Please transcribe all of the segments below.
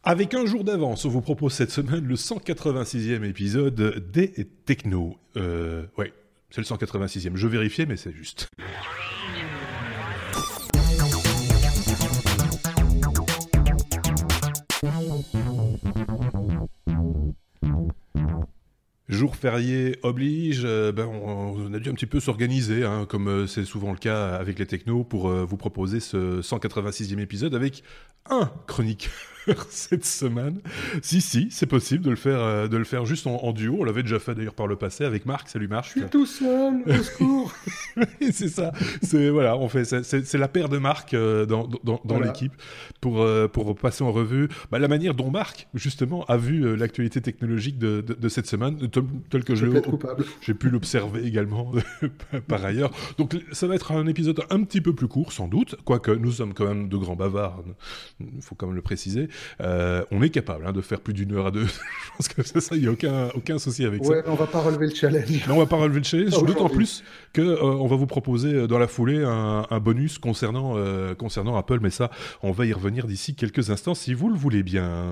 Avec un jour d'avance, on vous propose cette semaine le 186e épisode des Techno. Ouais, c'est le 186e. Je vérifiais, mais c'est juste. Jour férié oblige, on a dû un petit peu s'organiser, hein, comme c'est souvent le cas avec les technos, pour vous proposer ce 186e épisode avec un chroniqueur cette semaine. Si, c'est possible de le faire juste en duo. On l'avait déjà fait d'ailleurs par le passé avec Marc. Salut Marc. Je suis tout seul, au secours. C'est ça. C'est la paire de Marc dans voilà. L'équipe pour passer en revue la manière dont Marc justement a vu l'actualité technologique de cette semaine, tel que j'ai pu l'observer également par ailleurs. Donc ça va être un épisode un petit peu plus court sans doute, quoique nous sommes quand même de grands bavards, il faut quand même le préciser. On est capable de faire plus d'une heure à deux. Je pense que ça, il n'y a aucun souci avec ça. Ouais, on va pas relever le challenge. Non, on va pas relever le challenge, d'autant plus que on va vous proposer dans la foulée un bonus concernant Apple, mais ça, on va y revenir d'ici quelques instants si vous le voulez bien.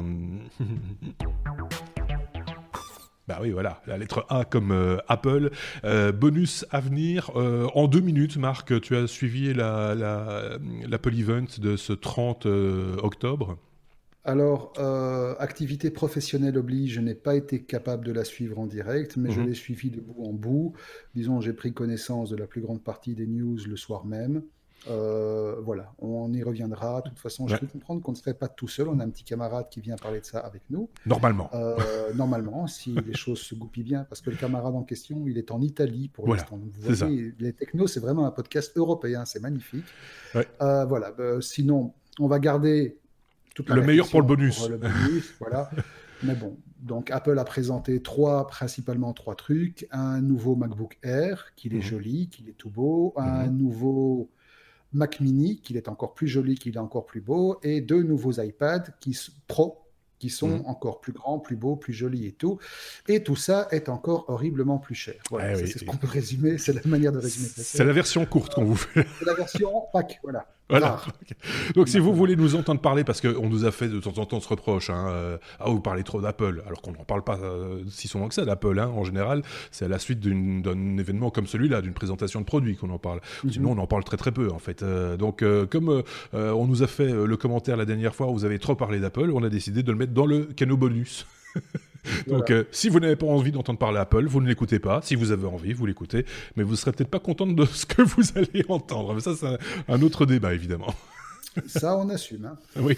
Bah oui, voilà, la lettre A comme Apple. Bonus à venir. En 2 minutes, Marc, tu as suivi l'Apple Event de ce 30 octobre. Alors, activité professionnelle oblige, je n'ai pas été capable de la suivre en direct, mais je l'ai suivie de bout en bout. Disons, j'ai pris connaissance de la plus grande partie des news le soir même. Voilà, on y reviendra. De toute façon, je peux comprendre qu'on ne serait pas tout seul. On a un petit camarade qui vient parler de ça avec nous. Normalement, si les choses se goupillent bien, parce que le camarade en question, il est en Italie pour l'instant. Donc, vous voyez, les technos, c'est vraiment un podcast européen, c'est magnifique. Ouais. Sinon, on va garder toute la meilleur pour le bonus. Voilà. Mais bon, donc Apple a présenté principalement trois trucs. Un nouveau MacBook Air, qu'il est joli, qu'il est tout beau. Un nouveau Mac Mini, qu'il est encore plus joli, qu'il est encore plus beau. Et 2 nouveaux iPads Pro, qui sont encore plus grands, plus beaux, plus jolis et tout. Et tout ça est encore horriblement plus cher. Voilà, c'est ce qu'on peut résumer, c'est la manière de résumer. C'est la version courte qu'on vous fait. C'est la version pack, voilà. Donc si vous voulez nous entendre parler, parce qu'on nous a fait de temps en temps ce reproche, vous parlez trop d'Apple, alors qu'on n'en parle pas si souvent que ça d'Apple, en général, c'est à la suite d'un événement comme celui-là, d'une présentation de produit qu'on en parle. Sinon on en parle très très peu en fait. Donc comme on nous a fait le commentaire la dernière fois où vous avez trop parlé d'Apple, on a décidé de le mettre dans le canot bonus. Donc si vous n'avez pas envie d'entendre parler Apple, vous ne l'écoutez pas. Si vous avez envie, vous l'écoutez, mais vous serez peut-être pas contente de ce que vous allez entendre. Mais ça, c'est un autre débat, évidemment. Ça, on assume. Oui.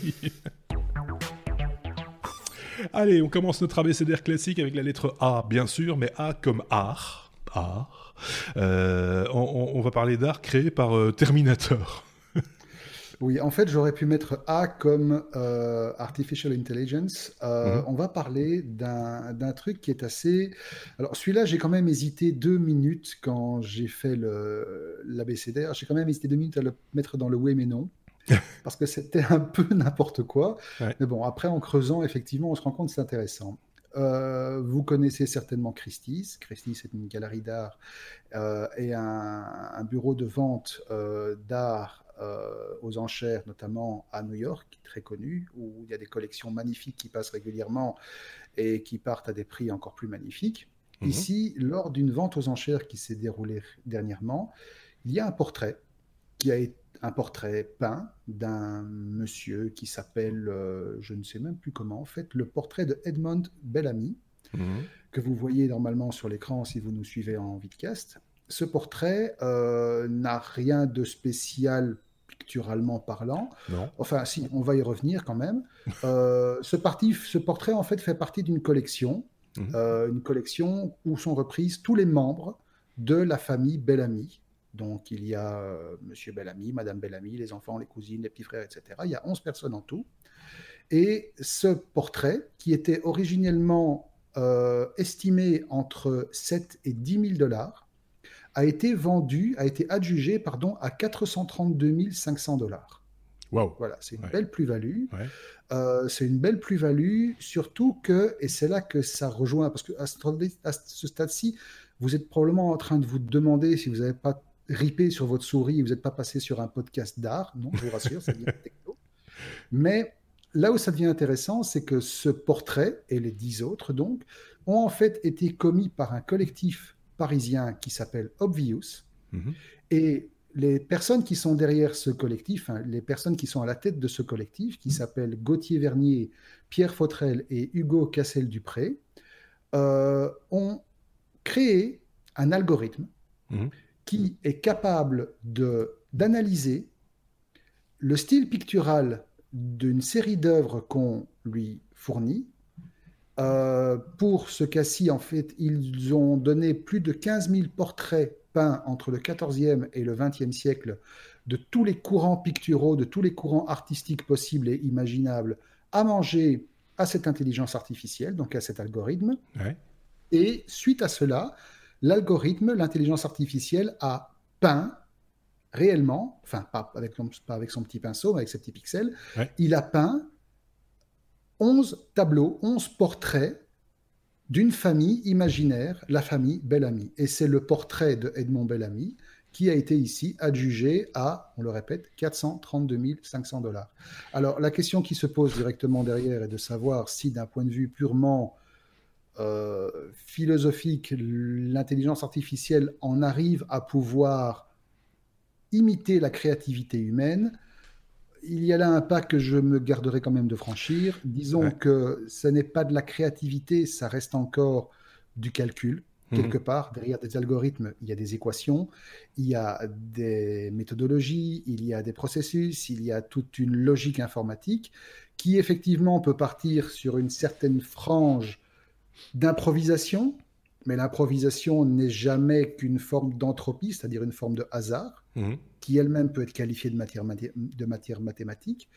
Allez, on commence notre abécédaire classique avec la lettre A, bien sûr, mais A comme art. On va parler d'art créé par Terminator. Oui, en fait, j'aurais pu mettre A comme Artificial Intelligence. On va parler d'un truc qui est assez... Alors, celui-là, j'ai quand même hésité 2 minutes quand j'ai fait l'abécédaire. J'ai quand même hésité 2 minutes à le mettre dans le oui mais non, parce que c'était un peu n'importe quoi. Ouais. Mais bon, après, en creusant, effectivement, on se rend compte que c'est intéressant. Vous connaissez certainement Christie's. Christie's, c'est une galerie d'art et un bureau de vente d'art aux enchères, notamment à New York, très connu, où il y a des collections magnifiques qui passent régulièrement et qui partent à des prix encore plus magnifiques. Ici, lors d'une vente aux enchères qui s'est déroulée dernièrement, il y a un portrait peint d'un monsieur qui s'appelle, je ne sais même plus comment, en fait, le portrait de Edmond Bellamy, que vous voyez normalement sur l'écran si vous nous suivez en vidcast. Ce portrait n'a rien de spécial picturalement parlant. Non. Enfin, si, on va y revenir quand même. Ce portrait, en fait, fait partie d'une collection, une collection où sont reprises tous les membres de la famille Bellamy. Donc, il y a Monsieur Bellamy, Madame Bellamy, les enfants, les cousines, les petits frères, etc. Il y a 11 personnes en tout. Et ce portrait, qui était originellement estimé entre 7 et 10 000 $, a été adjugé à 432 500 $. Wow. Voilà, c'est une belle plus-value. Ouais. C'est une belle plus-value, surtout que, et c'est là que ça rejoint, parce qu'à ce stade-ci, vous êtes probablement en train de vous demander si vous n'avez pas ripé sur votre souris et vous n'êtes pas passé sur un podcast d'art. Non, je vous rassure, c'est bien techno. Mais là où ça devient intéressant, c'est que ce portrait, et les 10 autres donc, ont en fait été commis par un collectif parisien qui s'appelle Obvious. Et les personnes qui sont derrière ce collectif, hein, les personnes qui sont à la tête de ce collectif, qui s'appellent Gauthier Vernier, Pierre Fautrel et Hugo Cassel-Dupré, ont créé un algorithme qui est capable d'analyser le style pictural d'une série d'œuvres qu'on lui fournit. Pour ce cas-ci, en fait, ils ont donné plus de 15 000 portraits peints entre le XIVe et le XXe siècle de tous les courants picturaux, de tous les courants artistiques possibles et imaginables à manger à cette intelligence artificielle, donc à cet algorithme. Ouais. Et suite à cela, l'algorithme, l'intelligence artificielle a peint réellement, enfin pas avec son petit pinceau, mais avec ses petits pixels, il a peint 11 tableaux, 11 portraits d'une famille imaginaire, la famille Bellamy. Et c'est le portrait de Edmond Bellamy qui a été ici adjugé à, on le répète, 432 500 $. Alors la question qui se pose directement derrière est de savoir si d'un point de vue purement philosophique, l'intelligence artificielle en arrive à pouvoir imiter la créativité humaine. Il y a là un pas que je me garderai quand même de franchir. Disons que ce n'est pas de la créativité, ça reste encore du calcul. Quelque part, derrière des algorithmes, il y a des équations, il y a des méthodologies, il y a des processus, il y a toute une logique informatique qui effectivement peut partir sur une certaine frange d'improvisation, mais l'improvisation n'est jamais qu'une forme d'entropie, c'est-à-dire une forme de hasard, qui elle-même peut être qualifiée de matière mathématique.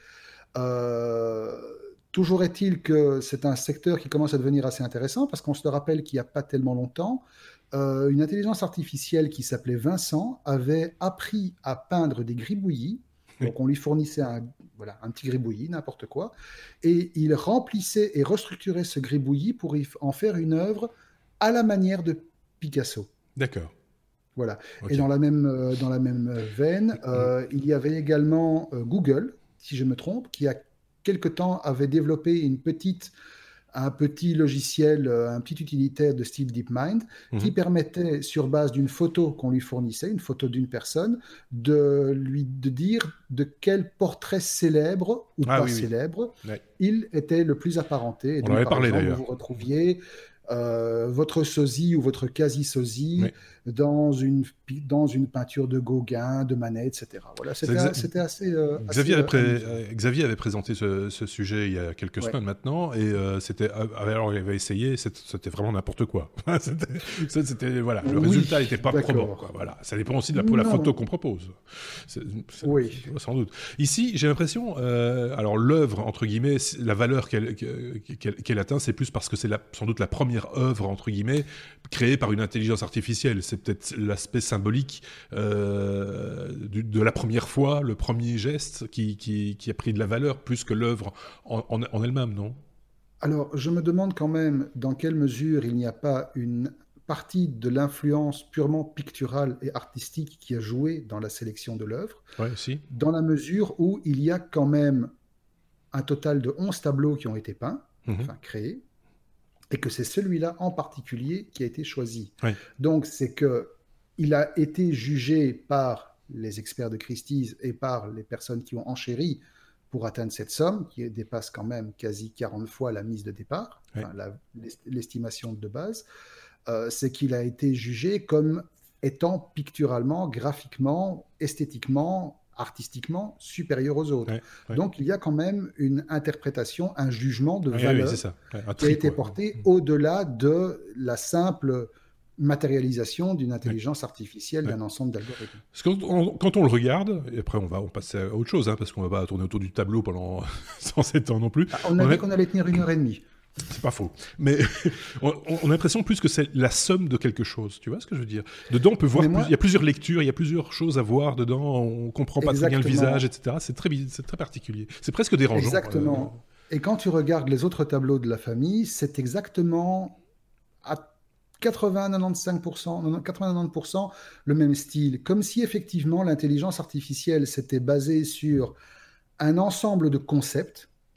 Toujours est-il que c'est un secteur qui commence à devenir assez intéressant, parce qu'on se le rappelle qu'il n'y a pas tellement longtemps, une intelligence artificielle qui s'appelait Vincent avait appris à peindre des gribouillis. Donc on lui fournissait un petit gribouillis, n'importe quoi, et il remplissait et restructurait ce gribouillis pour en faire une œuvre à la manière de Picasso. D'accord. Voilà. Okay. Et dans la même veine, il y avait également Google, si je me trompe, qui a quelque temps avait développé un petit logiciel, un petit utilitaire de style DeepMind, qui permettait, sur base d'une photo qu'on lui fournissait, une photo d'une personne, de dire de quel portrait célèbre ou célèbre il était le plus apparenté. Et on en avait parlé exemple, d'ailleurs. Vous retrouviez votre sosie ou votre quasi-sosie dans une peinture de Gauguin, de Manet, etc. Voilà, c'était assez... Xavier avait présenté ce sujet il y a quelques semaines maintenant, et alors il avait essayé, c'était vraiment n'importe quoi. Voilà, le résultat n'était pas probant. Voilà. Ça dépend aussi de la photo qu'on propose. Sans doute. Ici, j'ai l'impression, alors l'œuvre, entre guillemets, la valeur qu'elle atteint, c'est plus parce que c'est sans doute la première œuvre, entre guillemets, créée par une intelligence artificielle. C'est peut-être l'aspect symbolique de la première fois, le premier geste qui a pris de la valeur plus que l'œuvre en elle-même, non ? Alors, je me demande quand même dans quelle mesure il n'y a pas une partie de l'influence purement picturale et artistique qui a joué dans la sélection de l'œuvre, dans la mesure où il y a quand même un total de 11 tableaux qui ont été peints, créés, et que c'est celui-là en particulier qui a été choisi. Donc, c'est qu'il a été jugé par les experts de Christie's et par les personnes qui ont enchéri pour atteindre cette somme, qui dépasse quand même quasi 40 fois la mise de départ, l'estimation de base, c'est qu'il a été jugé comme étant picturalement, graphiquement, esthétiquement, artistiquement supérieur aux autres. Donc il y a quand même une interprétation, un jugement de valeur qui a été porté au-delà de la simple matérialisation d'une intelligence artificielle d'un ensemble d'algorithmes. Quand on le regarde, et après on passe à autre chose, parce qu'on ne va pas tourner autour du tableau pendant 107 ans non plus. On a dit qu'on allait tenir 1h30. C'est pas faux. Mais on a l'impression plus que c'est la somme de quelque chose. Tu vois ce que je veux dire ? Dedans, on peut voir, il y a plusieurs lectures, il y a plusieurs choses à voir dedans, on comprend pas très bien le visage, etc. C'est très particulier. C'est presque dérangeant. Exactement. Et quand tu regardes les autres tableaux de la famille, c'est exactement à 80-90% le même style. Comme si effectivement l'intelligence artificielle s'était basée sur un ensemble de concepts,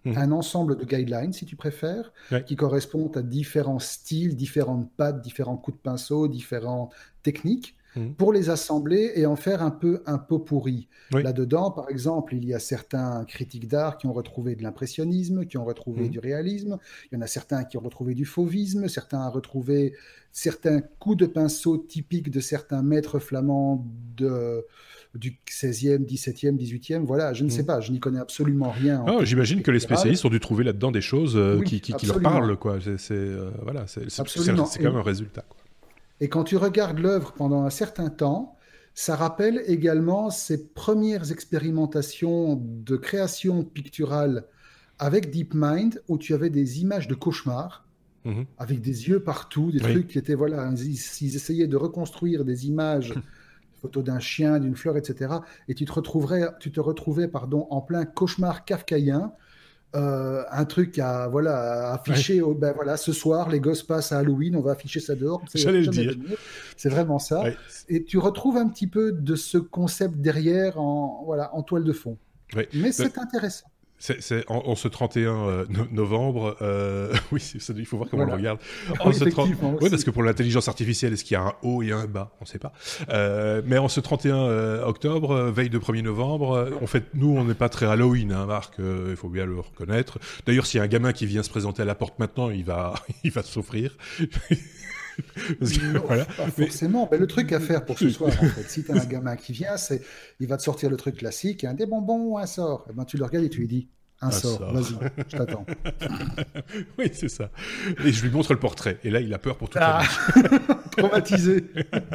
un ensemble de guidelines, si tu préfères, Ouais. qui correspondent à différents styles, différentes pattes, différents coups de pinceau, différentes techniques, Mhm. pour les assembler et en faire un peu un pot pourri. Oui. Là-dedans, par exemple, il y a certains critiques d'art qui ont retrouvé de l'impressionnisme, qui ont retrouvé Mhm. du réalisme, il y en a certains qui ont retrouvé du fauvisme, certains ont retrouvé certains coups de pinceau typiques de certains maîtres flamands du 16e, 17e, 18e. Voilà, je ne sais Mhm. pas, je n'y connais absolument rien en Ah, technique j'imagine que les picturale. spécialistes ont dû trouver là-dedans des choses Oui, qui leur parlent, absolument. quoi. Voilà, Absolument. c'est quand même un résultat, quoi. Et quand tu regardes l'œuvre pendant un certain temps, ça rappelle également ces premières expérimentations de création picturale avec DeepMind, où tu avais des images de cauchemars, Mhm. avec des yeux partout, des Oui. trucs qui étaient, voilà, ils essayaient de reconstruire des images, photos d'un chien, d'une fleur, etc. Et tu te retrouvais, pardon, en plein cauchemar kafkaïen, un truc à Ouais. afficher. Ben voilà, ce soir, les gosses passent à Halloween, on va afficher ça dehors, ça ne va J'allais plus le jamais dire. venir. C'est vraiment ça. Ouais. Et tu retrouves un petit peu de ce concept derrière en toile de fond. Ouais. Mais Euh, c'est intéressant. en ce 31 novembre, oui, il faut voir comment on le Voilà. regarde. Oui, effectivement Oui, parce aussi. que pour l'intelligence artificielle, est-ce qu'il y a un haut et un bas? On ne sait pas. Mais en ce 31 octobre, veille de 1er novembre, nous, on n'est pas très Halloween, hein, Marc, il faut bien le reconnaître. D'ailleurs, s'il y a un gamin qui vient se présenter à la porte maintenant, il va, il va souffrir. Parce que, Non, voilà. pas Mais, forcément. Mais le truc à faire pour ce soir, en fait, si tu as un gamin qui vient, il va te sortir le truc classique, des bonbons ou un sort. Et ben, tu le regardes et tu lui dis, un un sort, sort. vas-y, je t'attends. Oui, c'est ça. Et je lui montre le portrait. Et là, il a peur pour toute la Ah, vie. traumatisé.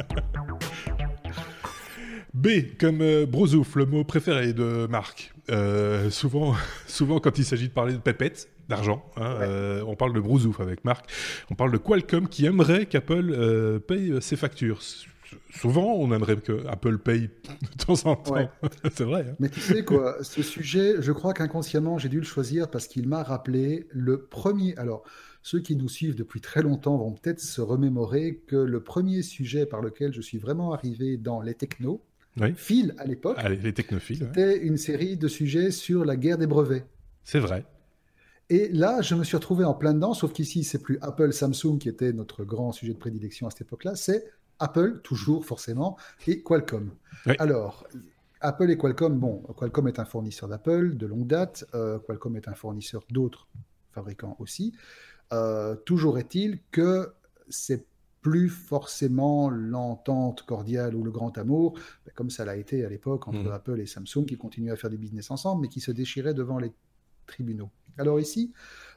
B, comme brosouf, le mot préféré de Marc. Souvent, quand il s'agit de parler de pépettes, d'argent, hein, Ouais. on parle de brosouf avec Marc. On parle de Qualcomm qui aimerait qu'Apple paye ses factures. Souvent, on aimerait que Apple paye de temps en Ouais. temps. C'est vrai. Hein. Mais tu sais quoi, ce sujet, je crois qu'inconsciemment, j'ai dû le choisir parce qu'il m'a rappelé le premier. Alors, ceux qui nous suivent depuis très longtemps vont peut-être se remémorer que le premier sujet par lequel je suis vraiment arrivé dans les technos, Oui. Phil à l'époque, Allez, les technophiles. Ouais. c'était une série de sujets sur la guerre des brevets. C'est vrai. Et là, je me suis retrouvé en plein dedans, sauf qu'ici, c'est plus Apple, Samsung qui était notre grand sujet de prédilection à cette époque-là, c'est Apple, toujours forcément, et Qualcomm. Oui. Alors, Apple et Qualcomm, bon, Qualcomm est un fournisseur d'Apple de longue date, Qualcomm est un fournisseur d'autres fabricants aussi. Toujours est-il que c'est plus forcément l'entente cordiale ou le grand amour, comme ça l'a été à l'époque entre Mhm. Apple et Samsung, qui continuaient à faire du business ensemble, mais qui se déchiraient devant les tribunaux. Alors ici,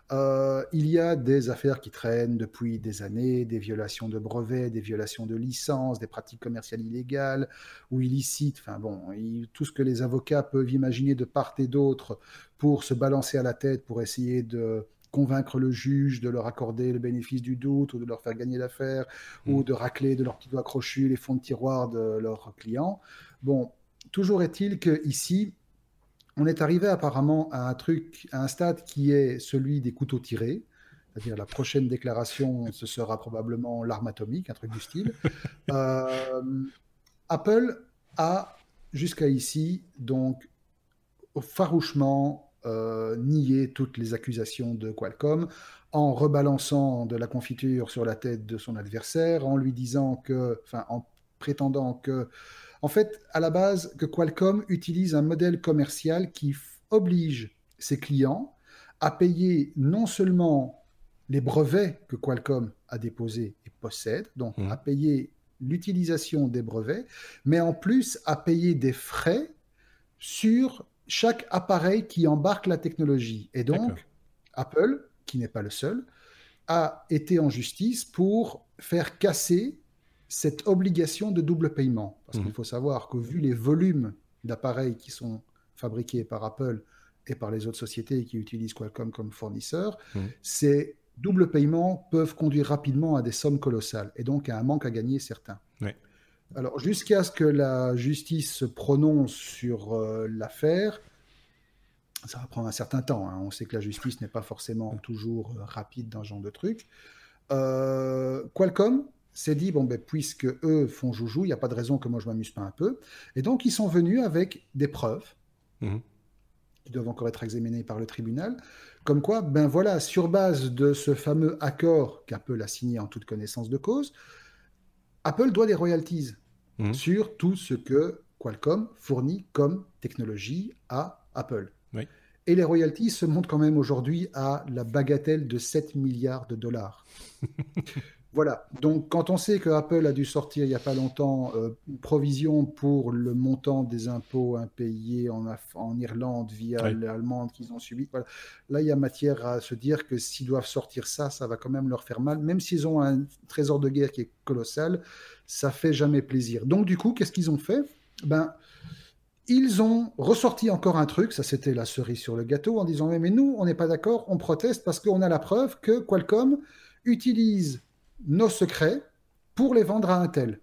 il y a des affaires qui traînent depuis des années, des violations de brevets, des violations de licences, des pratiques commerciales illégales ou illicites, enfin bon, tout ce que les avocats peuvent imaginer de part et d'autre pour se balancer à la tête, pour essayer de convaincre le juge de leur accorder le bénéfice du doute ou de leur faire gagner l'affaire ou Mhm. de racler de leurs petits doigts crochus les fonds de tiroir de leurs clients. Bon, toujours est-il qu'ici, on est arrivé apparemment à un stade qui est celui des couteaux tirés, c'est-à-dire la prochaine déclaration, ce sera probablement l'arme atomique, un truc du style. Euh, Apple a jusqu'à ici donc farouchement nié toutes les accusations de Qualcomm en rebalançant de la confiture sur la tête de son adversaire, en lui disant en prétendant que en fait, à la base, que Qualcomm utilise un modèle commercial qui oblige ses clients à payer non seulement les brevets que Qualcomm a déposés et possède, donc à Mhm. payer l'utilisation des brevets, mais en plus à payer des frais sur chaque appareil qui embarque la technologie. Et D'accord. donc, Apple, qui n'est pas le seul, a été en justice pour faire casser cette obligation de double paiement. Parce qu'il Mhm. faut savoir que vu les volumes d'appareils qui sont fabriqués par Apple et par les autres sociétés qui utilisent Qualcomm comme fournisseur, Mhm. ces doubles paiements peuvent conduire rapidement à des sommes colossales et donc à un manque à gagner certain. Ouais. Alors jusqu'à ce que la justice se prononce sur l'affaire, ça va prendre un certain temps. Hein. On sait que la justice n'est pas forcément toujours rapide dans ce genre de truc. Qualcomm s'est dit, bon, ben, puisque eux font joujou, il n'y a pas de raison que moi je m'amuse pas un peu. Et donc, ils sont venus avec des preuves Mhm. qui doivent encore être examinées par le tribunal. Comme quoi, ben voilà, sur base de ce fameux accord qu'Apple a signé en toute connaissance de cause, Apple doit des royalties sur tout ce que Qualcomm fournit comme technologie à Apple. Oui. Et les royalties se montent quand même aujourd'hui à la bagatelle de 7 milliards de dollars. Voilà. Donc, quand on sait que Apple a dû sortir il n'y a pas longtemps une provision pour le montant des impôts impayés en Irlande via l'allemande qu'ils ont subi, voilà. Là, il y a matière à se dire que s'ils doivent sortir ça, ça va quand même leur faire mal. Même s'ils ont un trésor de guerre qui est colossal, ça fait jamais plaisir. Donc, du coup, qu'est-ce qu'ils ont fait? Ils ont ressorti encore un truc, ça c'était la cerise sur le gâteau, en disant mais nous, on n'est pas d'accord, on proteste parce qu'on a la preuve que Qualcomm utilise nos secrets pour les vendre à Intel.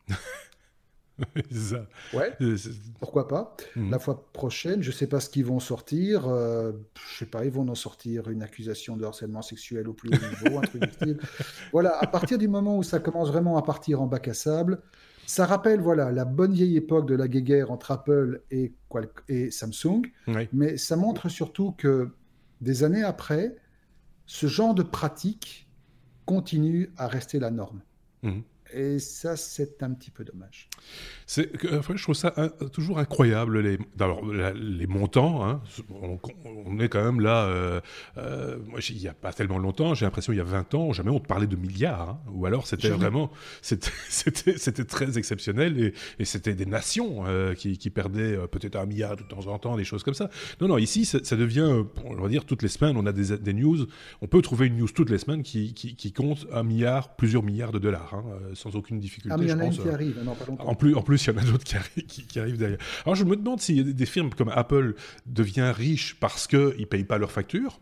C'est ça. Ouais, pourquoi pas. La fois prochaine, je ne sais pas ce qu'ils vont sortir, je ne sais pas, ils vont en sortir une accusation de harcèlement sexuel au plus haut niveau, un truc du style. Voilà, à partir du moment où ça commence vraiment à partir en bac à sable, ça rappelle voilà, la bonne vieille époque de la guéguerre entre Apple et Samsung, mais ça montre surtout que des années après, ce genre de pratique continue à rester la norme. Et ça, c'est un petit peu dommage. Je trouve ça toujours incroyable, les montants. Hein. On est quand même là, moi, il n'y a pas tellement longtemps, j'ai l'impression il y a 20 ans, jamais on te parlait de milliards. Hein. Ou alors c'était vraiment, c'était très exceptionnel et c'était des nations qui perdaient peut-être 1 milliard de temps en temps, des choses comme ça. Non, ici, ça devient, on va dire, toutes les semaines, on a des news, on peut trouver une news toutes les semaines qui compte 1 milliard, plusieurs milliards de dollars. Hein, sans aucune difficulté, mais il y en a une qui arrive, non, pas longtemps. En plus, il y en a d'autres qui arrivent derrière. Alors, je me demande si des firmes comme Apple deviennent riches parce qu'ils ne payent pas leurs factures,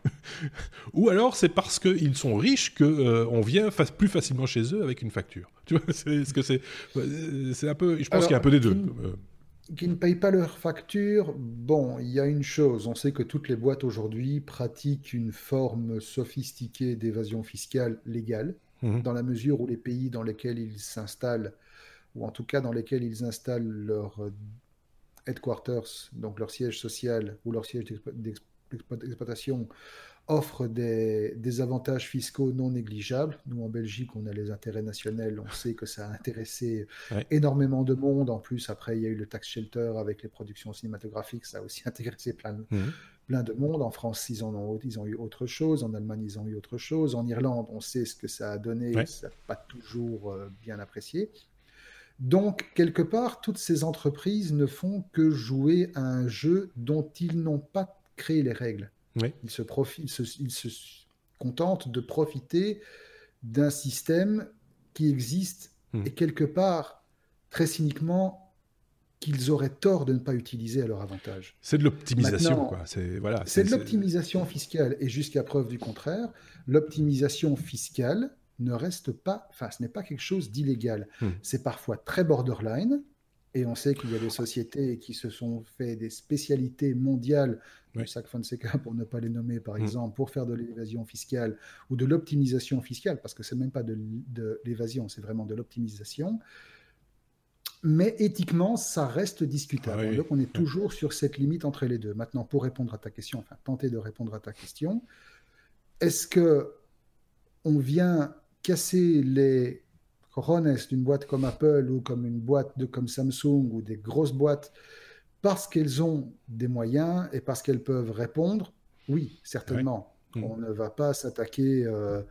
ou alors c'est parce qu'ils sont riches qu'on vient plus facilement chez eux avec une facture. Tu vois, c'est un peu... Je pense qu'il y a un peu des deux. Qui ne payent pas leurs factures, bon, il y a une chose, on sait que toutes les boîtes aujourd'hui pratiquent une forme sophistiquée d'évasion fiscale légale, dans la mesure où les pays dans lesquels ils s'installent, ou en tout cas dans lesquels ils installent leur headquarters, donc leur siège social ou leur siège d'exploitation, offrent des avantages fiscaux non négligeables. Nous, en Belgique, on a les intérêts nationaux, on sait que ça a intéressé énormément de monde. En plus, après, il y a eu le tax shelter avec les productions cinématographiques, ça a aussi intéressé plein de monde. En France, ils ont eu autre chose. En Allemagne, ils ont eu autre chose. En Irlande, on sait ce que ça a donné. Ça n'a pas toujours bien apprécié. Donc, quelque part, toutes ces entreprises ne font que jouer à un jeu dont ils n'ont pas créé les règles. Ils se contentent de profiter d'un système qui existe et quelque part, très cyniquement, qu'ils auraient tort de ne pas utiliser à leur avantage. C'est de l'optimisation, quoi. C'est de l'optimisation fiscale. Et jusqu'à preuve du contraire, l'optimisation fiscale ne reste pas, ce n'est pas quelque chose d'illégal. C'est parfois très borderline. Et on sait qu'il y a des sociétés qui se sont fait des spécialités mondiales, Mossack Fonseca pour ne pas les nommer par exemple, pour faire de l'évasion fiscale ou de l'optimisation fiscale, parce que ce n'est même pas de l'évasion, c'est vraiment de l'optimisation. Mais éthiquement, ça reste discutable. Donc on est toujours sur cette limite entre les deux. Maintenant, pour répondre à ta question, tenter de répondre à ta question, est-ce qu'on vient casser les couronnes d'une boîte comme Apple ou comme une boîte comme Samsung ou des grosses boîtes parce qu'elles ont des moyens et parce qu'elles peuvent répondre? Oui, certainement. On ne va pas s'attaquer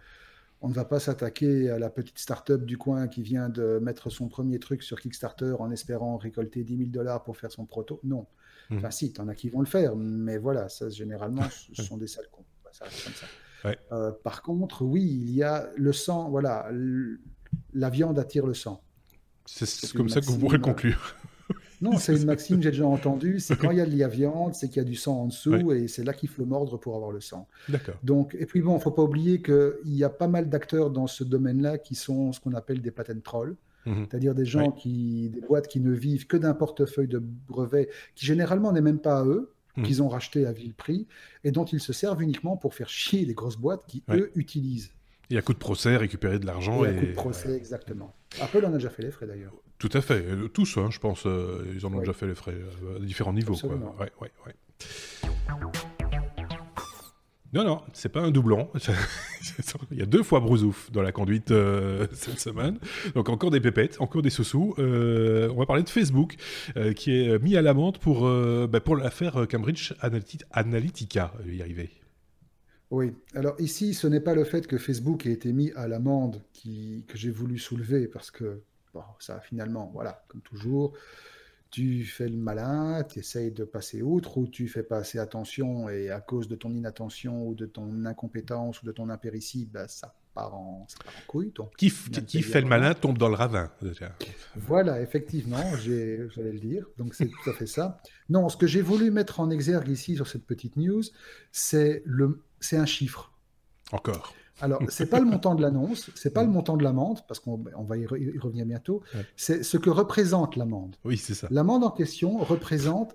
à la petite start-up du coin qui vient de mettre son premier truc sur Kickstarter en espérant récolter 10 000 $ pour faire son proto. Non. Enfin, si, t'en as qui vont le faire, mais voilà, ça, généralement, ce sont des sales cons. Ça reste comme ça. Par contre, oui, il y a le sang, voilà, la viande attire le sang. C'est comme ça que vous pourrez conclure. Non, c'est une maxime que j'ai déjà entendue. C'est quand il y a de la viande, c'est qu'il y a du sang en dessous et c'est là qu'il faut mordre pour avoir le sang. D'accord. Donc, et puis bon, il ne faut pas oublier qu'il y a pas mal d'acteurs dans ce domaine-là qui sont ce qu'on appelle des patent trolls. C'est-à-dire des gens des boîtes qui ne vivent que d'un portefeuille de brevets qui généralement n'est même pas à eux, qu'ils ont racheté à vil prix et dont ils se servent uniquement pour faire chier les grosses boîtes qui, eux, utilisent. Et à coup de procès, récupérer de l'argent. Et à coup de procès, exactement. Apple en a déjà fait les frais, d'ailleurs. Tout à fait. Tous, je pense, ils en ont déjà fait les frais à différents niveaux. Quoi. Ouais. Non, c'est pas un doublon. Il y a 2 fois Brousouf dans la conduite cette semaine. Donc encore des pépettes, encore des sous-sous. On va parler de Facebook qui est mis à l'amende pour l'affaire Cambridge Analytica. Je vais y arriver. Oui, alors ici, ce n'est pas le fait que Facebook ait été mis à l'amende que j'ai voulu soulever, parce que bon, ça finalement, voilà, comme toujours, tu fais le malin, tu essayes de passer outre, ou tu fais pas assez attention, et à cause de ton inattention, ou de ton incompétence, ou de ton impéritie, bah, ça part en couille. Donc, Qui bien fait le voilà. malin tombe dans le ravin. Déjà. Voilà, effectivement, j'allais le dire. Donc c'est tout à fait ça. Non, ce que j'ai voulu mettre en exergue ici sur cette petite news, c'est un chiffre. Encore. Alors, c'est pas le montant de l'annonce, c'est pas le montant de l'amende, parce qu'on va y revenir bientôt. Ouais. C'est ce que représente l'amende. Oui, c'est ça. L'amende en question représente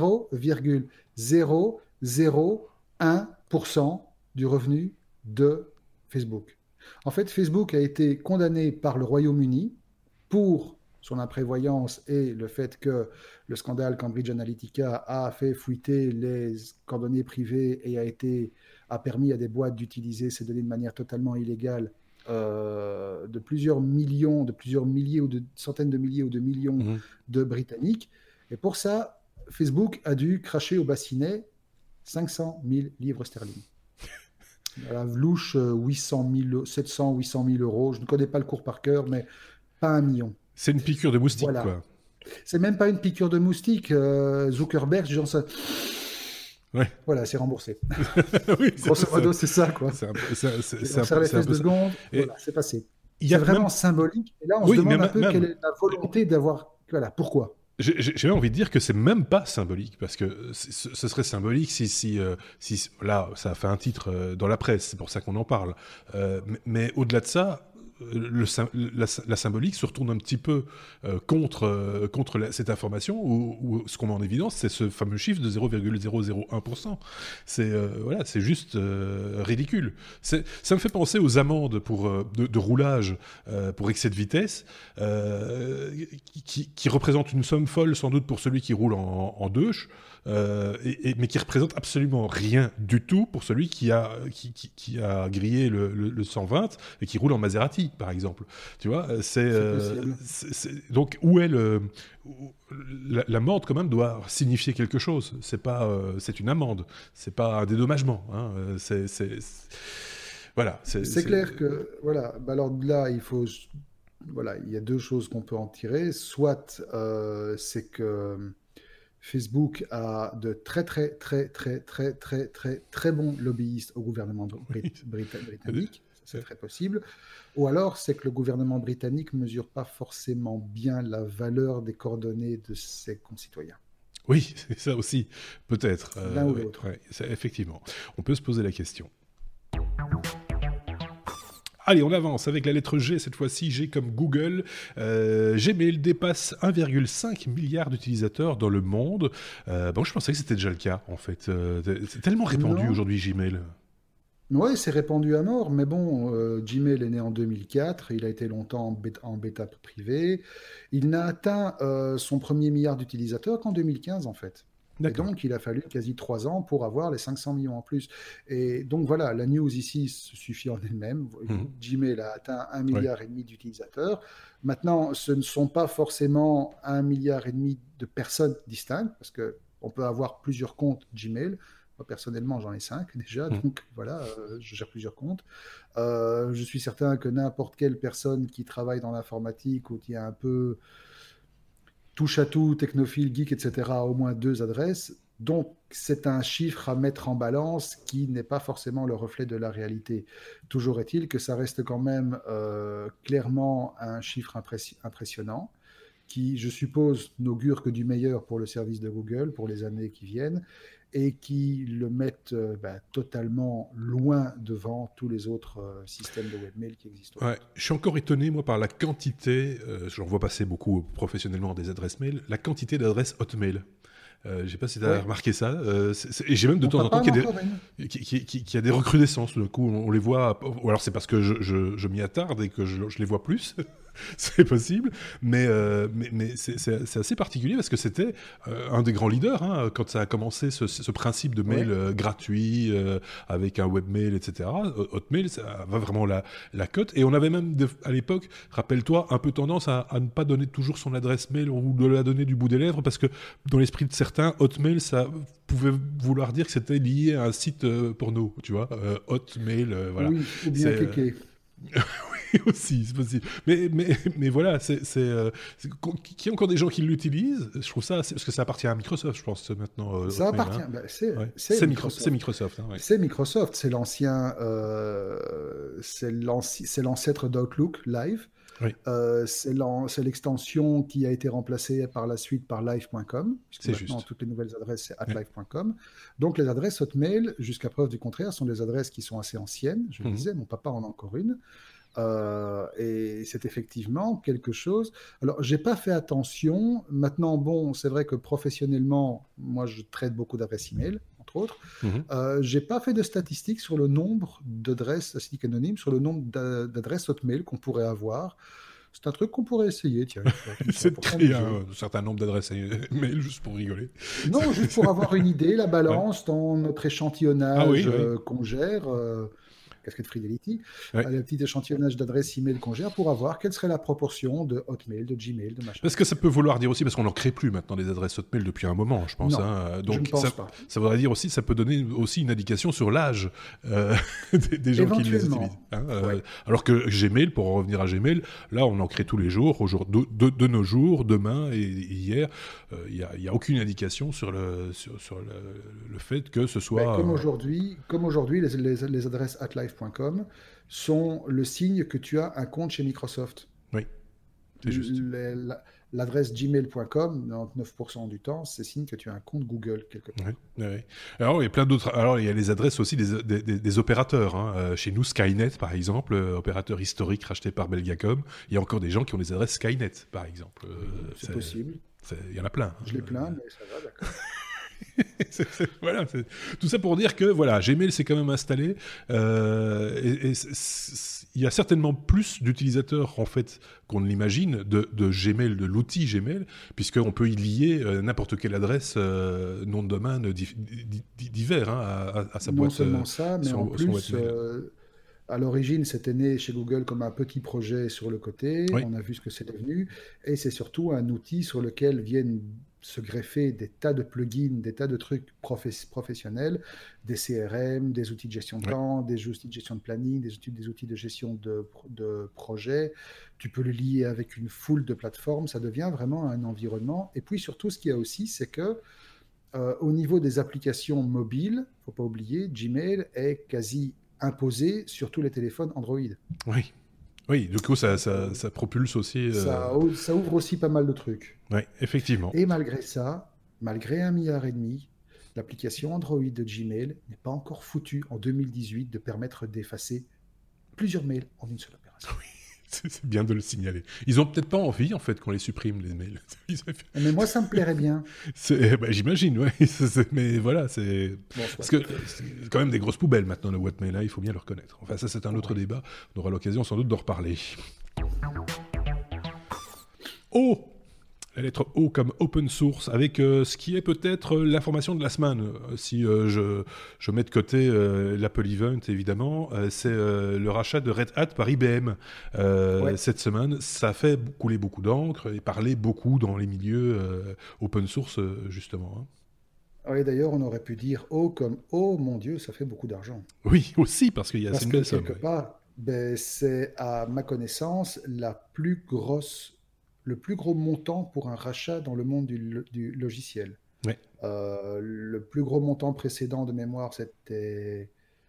0,001% du revenu de Facebook. En fait, Facebook a été condamné par le Royaume-Uni pour son imprévoyance et le fait que le scandale Cambridge Analytica a fait fuiter les coordonnées privées et a permis à des boîtes d'utiliser ces données de manière totalement illégale de plusieurs milliers ou de centaines de milliers ou de millions de Britanniques. Et pour ça, Facebook a dû cracher au bassinet 500 000 livres sterling. La louche 700, 800 000 euros. Je ne connais pas le cours par cœur, mais pas 1 million. C'est une piqûre de moustique, Voilà. quoi. C'est même pas une piqûre de moustique. Zuckerberg, genre ça. Ouais. Voilà, c'est remboursé. Oui, Grosso modo, c'est ça, quoi. C'est un serre les fesses 2 secondes, voilà, c'est passé. C'est vraiment symbolique. Et là, on se demande un peu quelle est la volonté d'avoir... Voilà, pourquoi ? J'ai même envie de dire que c'est même pas symbolique, parce que ce serait symbolique si là, ça a fait un titre dans la presse, c'est pour ça qu'on en parle. Mais au-delà de ça, la symbolique se retourne un petit peu contre cette information, où ce qu'on met en évidence, c'est ce fameux chiffre de 0,001%. C'est juste ridicule. Ça me fait penser aux amendes de roulage pour excès de vitesse, qui représentent une somme folle sans doute pour celui qui roule en deux, mais qui représente absolument rien du tout pour celui qui a grillé le 120 et qui roule en Maserati, par exemple. Tu vois, donc où est l'amende quand même doit signifier quelque chose. C'est une amende, c'est pas un dédommagement. Hein. Voilà. C'est clair que voilà. Alors là, il y a 2 choses qu'on peut en tirer. Soit c'est que Facebook a de très bons lobbyistes au gouvernement britannique, c'est très possible. Ou alors c'est que le gouvernement britannique ne mesure pas forcément bien la valeur des coordonnées de ses concitoyens. Oui, c'est ça aussi, peut-être. L'un ou l'autre. Effectivement, on peut se poser la question. Allez, on avance avec la lettre G, cette fois-ci, G comme Google. Gmail dépasse 1,5 milliard d'utilisateurs dans le monde. Je pensais que c'était déjà le cas, en fait. C'est tellement répandu aujourd'hui, Gmail. Oui, c'est répandu à mort, mais bon, Gmail est né en 2004, il a été longtemps en bêta privée. Il n'a atteint son premier milliard d'utilisateurs qu'en 2015, en fait. D'accord. Et donc, il a fallu quasi 3 ans pour avoir les 500 millions en plus. Et donc, voilà, la news ici se suffit en elle-même. Gmail a atteint 1,5 milliard d'utilisateurs. Maintenant, ce ne sont pas forcément 1,5 milliard de personnes distinctes, parce qu'on peut avoir plusieurs comptes Gmail. Moi, personnellement, j'en ai 5 déjà, donc voilà, je gère plusieurs comptes. Je suis certain que n'importe quelle personne qui travaille dans l'informatique ou qui a un peu touche à tout, technophile, geek, etc., a au moins 2 adresses. Donc, c'est un chiffre à mettre en balance qui n'est pas forcément le reflet de la réalité. Toujours est-il que ça reste quand même clairement un chiffre impressionnant qui, je suppose, n'augure que du meilleur pour le service de Google pour les années qui viennent et qui le mettent totalement loin devant tous les autres systèmes de webmail qui existent. Ouais, je suis encore étonné, moi, par la quantité, j'en vois passer beaucoup professionnellement des adresses mail, la quantité d'adresses Hotmail. Je ne sais pas si tu as remarqué ça. Et j'ai même de temps en temps qu'il y a des recrudescences. Du coup, on les voit. Ou alors c'est parce que je m'y attarde et que je les vois plus. c'est possible, mais c'est assez particulier parce que c'était un des grands leaders hein, quand ça a commencé ce principe de mail gratuit avec un webmail, etc. Hotmail, ça va vraiment la cote. Et on avait même à l'époque, rappelle-toi, un peu tendance à ne pas donner toujours son adresse mail ou de la donner du bout des lèvres parce que dans l'esprit de certains, Hotmail, ça pouvait vouloir dire que c'était lié à un site porno, tu vois, Hotmail, voilà. Oui, ou bien Kéké. Oui, aussi, c'est possible. Mais voilà, qu'il y a encore des gens qui l'utilisent, je trouve ça, parce que ça appartient à Microsoft, je pense, maintenant. Ça Hotmail, appartient, hein. c'est Microsoft. C'est Microsoft. Hein, ouais. C'est Microsoft, c'est l'ancêtre d'Outlook Live. Oui. C'est l'extension qui a été remplacée par la suite par live.com. C'est maintenant, juste. toutes les nouvelles adresses, c'est @live.com. Donc, les adresses Hotmail, jusqu'à preuve du contraire, sont des adresses qui sont assez anciennes. Je le disais, mon papa en a encore une. Et c'est effectivement quelque chose. Alors, j'ai pas fait attention. Maintenant, bon, c'est vrai que professionnellement, moi, je traite beaucoup d'adresses email, entre autres. J'ai pas fait de statistiques sur le nombre d'adresses, statistiques anonymes, sur le nombre d'adresses Hotmail qu'on pourrait avoir. C'est un truc qu'on pourrait essayer, tiens. C'est de créer un certain nombre d'adresses mail juste pour rigoler. Non, juste pour avoir une idée, la balance dans notre échantillonnage qu'on gère. Casquette Fidelity, le petit échantillonnage d'adresses email qu'on gère pour avoir quelle serait la proportion de Hotmail, de Gmail, de machin. Parce que ça peut vouloir dire aussi, parce qu'on n'en crée plus maintenant des adresses Hotmail depuis un moment, je pense. Non, hein. Donc je ne pense pas. Ça voudrait dire aussi, ça peut donner aussi une indication sur l'âge des gens qui les utilisent. Hein, alors que Gmail, pour en revenir à Gmail, là on en crée tous les jours, de nos jours, demain et hier, il n'y a aucune indication sur le fait que ce soit... Comme aujourd'hui, les adresses @live.com sont le signe que tu as un compte chez Microsoft. Oui, c'est juste. L'adresse gmail.com, 99% du temps, c'est signe que tu as un compte Google quelque part. Oui. Alors, il y a plein d'autres. Alors, il y a les adresses aussi des opérateurs. Hein. Chez nous, Skynet, par exemple, opérateur historique racheté par Belgacom. Il y a encore des gens qui ont des adresses Skynet, par exemple. C'est possible. Il y en a plein. Je l'ai plein, mais ça va, d'accord. Voilà, tout ça pour dire que voilà, Gmail s'est quand même installé et il y a certainement plus d'utilisateurs en fait qu'on ne l'imagine de Gmail, de l'outil Gmail, puisqu'on peut y lier n'importe quelle adresse nom de domaine divers hein, à sa boîte. Non seulement ça, mais en plus, à l'origine, c'était né chez Google comme un petit projet sur le côté. Oui. On a vu ce que c'est devenu, et c'est surtout un outil sur lequel viennent se greffer des tas de plugins, des tas de trucs professionnels, des CRM, des outils de gestion de temps, des outils de gestion de planning, des outils de gestion de projet. Tu peux le lier avec une foule de plateformes, ça devient vraiment un environnement. Et puis surtout, ce qu'il y a aussi, c'est que au niveau des applications mobiles, il ne faut pas oublier, Gmail est quasi imposé sur tous les téléphones Android. Oui, du coup, ça propulse aussi... Ça ouvre aussi pas mal de trucs. Oui, effectivement. Et malgré ça, malgré 1,5 milliard, l'application Android de Gmail n'est pas encore foutue en 2018 de permettre d'effacer plusieurs mails en une seule opération. Oui, c'est bien de le signaler. Ils n'ont peut-être pas envie, en fait, qu'on les supprime, les mails. Mais moi, ça me plairait bien. J'imagine, oui. Mais voilà, c'est... Parce que c'est quand même des grosses poubelles, maintenant, le Hotmail, là, il faut bien le reconnaître. Enfin, ça, c'est un autre débat. On aura l'occasion, sans doute, d'en reparler. Oh, la lettre O comme open source, avec ce qui est peut-être l'information de la semaine. Si je mets de côté l'Apple Event, évidemment, c'est le rachat de Red Hat par IBM. Cette semaine, ça a fait couler beaucoup d'encre et parler beaucoup dans les milieux open source, justement. Hein. Oui, d'ailleurs, on aurait pu dire O comme oh mon Dieu, ça fait beaucoup d'argent. Oui, aussi, parce qu'il y a une belle somme. Quelque part, c'est à ma connaissance le plus gros montant pour un rachat dans le monde du logiciel. Ouais. Le plus gros montant précédent de mémoire, c'était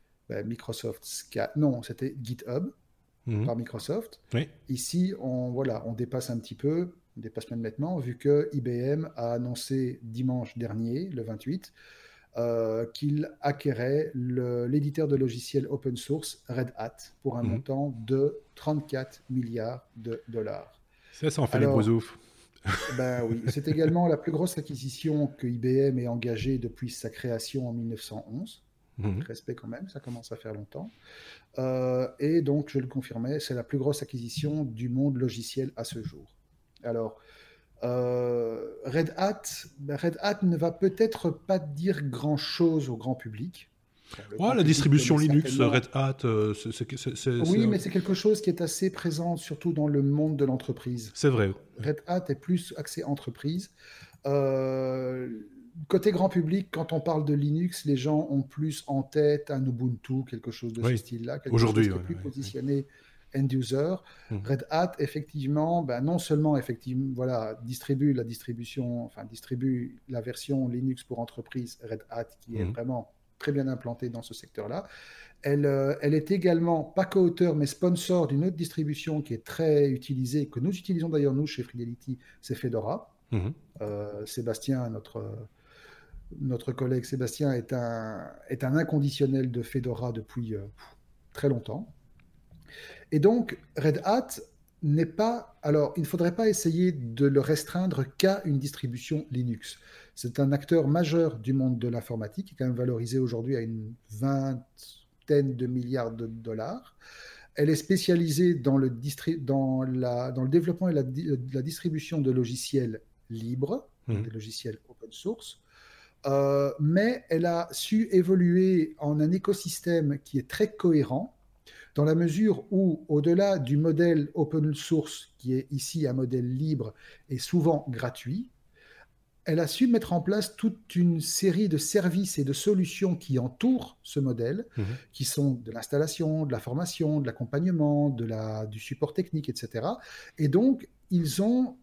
c'était GitHub par Microsoft. Oui. Ici, on dépasse un petit peu, on dépasse même nettement, vu que IBM a annoncé dimanche dernier, le 28, qu'il acquérait l'éditeur de logiciels open source Red Hat pour un montant de 34 milliards de dollars. Ça en fait les gros oufs. Oui, c'est également la plus grosse acquisition que IBM ait engagée depuis sa création en 1911. Mhm. Respect quand même, ça commence à faire longtemps. Et donc, je le confirmais, c'est la plus grosse acquisition du monde logiciel à ce jour. Alors, Red Hat ne va peut-être pas dire grand-chose au grand public. Bon, le Ouais, grand la public distribution connaît Linux, certainement. Red Hat, Oui, mais c'est quelque chose qui est assez présent, surtout dans le monde de l'entreprise. c'est vrai. Ouais. Red Hat est plus axé entreprise. Euh, Côté grand public, quand on parle de Linux, les gens ont plus en tête un Ubuntu, quelque chose de ce Oui, style-là, quelque chose aujourd'hui, qui est ouais, plus ouais, ouais. positionné end-user. Mhm. Red Hat, effectivement, ben non seulement effectivement, voilà, distribue la version Linux pour entreprise Red Hat, qui est Mhm. vraiment très bien implantée dans ce secteur-là. Elle est également, pas co-auteur, mais sponsor d'une autre distribution qui est très utilisée, que nous utilisons d'ailleurs nous chez Fidelity, c'est Fedora. Mhm. Sébastien, notre collègue Sébastien est un inconditionnel de Fedora depuis très longtemps. Et donc, Red Hat n'est pas... Alors, il ne faudrait pas essayer de le restreindre qu'à une distribution Linux. C'est un acteur majeur du monde de l'informatique, qui est quand même valorisé aujourd'hui à une vingtaine de milliards de dollars. Elle est spécialisée dans dans le développement et la distribution de logiciels libres, donc Mhm. des logiciels open source. Mais elle a su évoluer en un écosystème qui est très cohérent, dans la mesure où, au-delà du modèle open source, qui est ici un modèle libre et souvent gratuit, elle a su mettre en place toute une série de services et de solutions qui entourent ce modèle, Mhm. qui sont de l'installation, de la formation, de l'accompagnement, du support technique, etc. Et donc, ils ont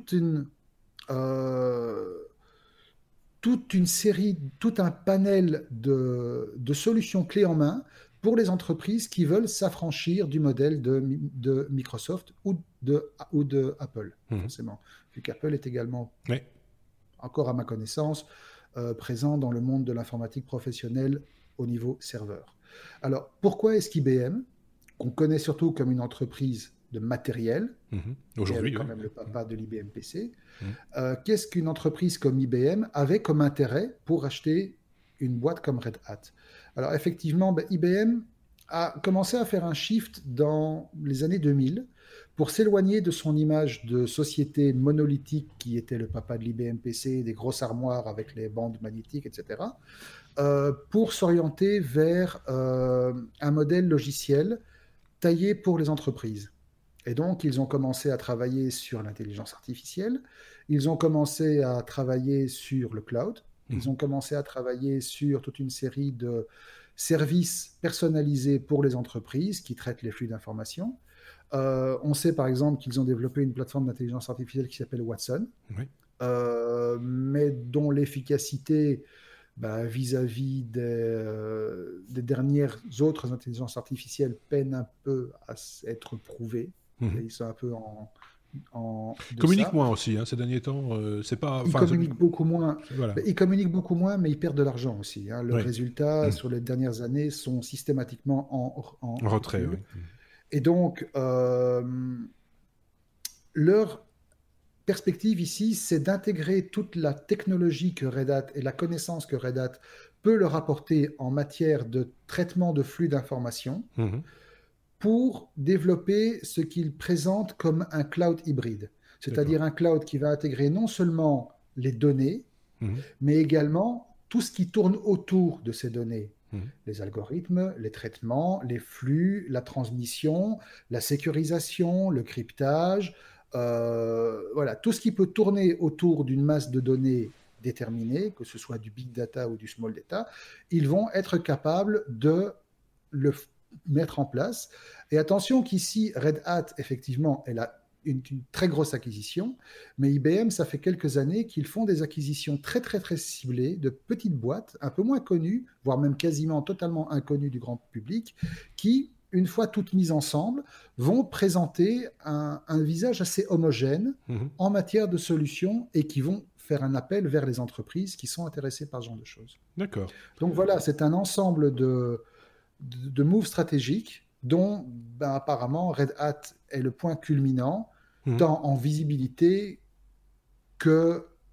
euh, toute une série, tout un panel de solutions clés en main pour les entreprises qui veulent s'affranchir du modèle de Microsoft ou de Apple, Mhm. forcément, vu qu'Apple est également, Ouais. encore à ma connaissance, présent dans le monde de l'informatique professionnelle au niveau serveur. Alors, pourquoi est-ce qu'IBM, qu'on connaît surtout comme une entreprise de matériel, Mhm. qui est Aujourd'hui, quand oui. même le papa de l'IBM PC, Mhm. qu'est-ce qu'une entreprise comme IBM avait comme intérêt pour acheter une boîte comme Red Hat? Alors effectivement, ben, IBM a commencé à faire un shift dans les années 2000 pour s'éloigner de son image de société monolithique qui était le papa de l'IBM PC, des grosses armoires avec les bandes magnétiques, etc., pour s'orienter vers un modèle logiciel taillé pour les entreprises. Et donc, ils ont commencé à travailler sur l'intelligence artificielle, ils ont commencé à travailler sur le cloud, ils Mhm. ont commencé à travailler sur toute une série de services personnalisés pour les entreprises qui traitent les flux d'informations. On sait par exemple qu'ils ont développé une plateforme d'intelligence artificielle qui s'appelle Watson, Oui. mais dont l'efficacité bah, vis-à-vis des dernières autres intelligences artificielles peine un peu à être prouvée. Mhm. Ils sont un peu en Communique deçà. moins aussi, hein, ces derniers temps. C'est pas. Ils Enfin, communiquent beaucoup moins. voilà. Ils communiquent beaucoup moins, mais ils perdent de l'argent aussi, hein. Leurs Oui. résultats Mhm. sur les dernières années sont systématiquement En en retrait, oui. recul. Et donc, leur perspective ici, c'est d'intégrer toute la technologie que Red Hat et la connaissance que Red Hat peut leur apporter en matière de traitement de flux d'informations Mhm. pour développer ce qu'ils présentent comme un cloud hybride, D'accord. c'est-à-dire un cloud qui va intégrer non seulement les données, Mhm. mais également tout ce qui tourne autour de ces données. Mhm. Les algorithmes, les traitements, les flux, la transmission, la sécurisation, le cryptage, voilà, tout ce qui peut tourner autour d'une masse de données déterminée, que ce soit du big data ou du small data, ils vont être capables de le mettre en place. Et attention qu'ici, Red Hat, effectivement, elle a une très grosse acquisition, mais IBM, ça fait quelques années qu'ils font des acquisitions très très très ciblées de petites boîtes, un peu moins connues, voire même quasiment totalement inconnues du grand public, qui, une fois toutes mises ensemble, vont présenter un visage assez homogène Mhm. en matière de solutions et qui vont faire un appel vers les entreprises qui sont intéressées par ce genre de choses. D'accord. Donc voilà, c'est un ensemble de moves stratégiques dont ben, apparemment Red Hat est le point culminant, Mhm. tant en visibilité que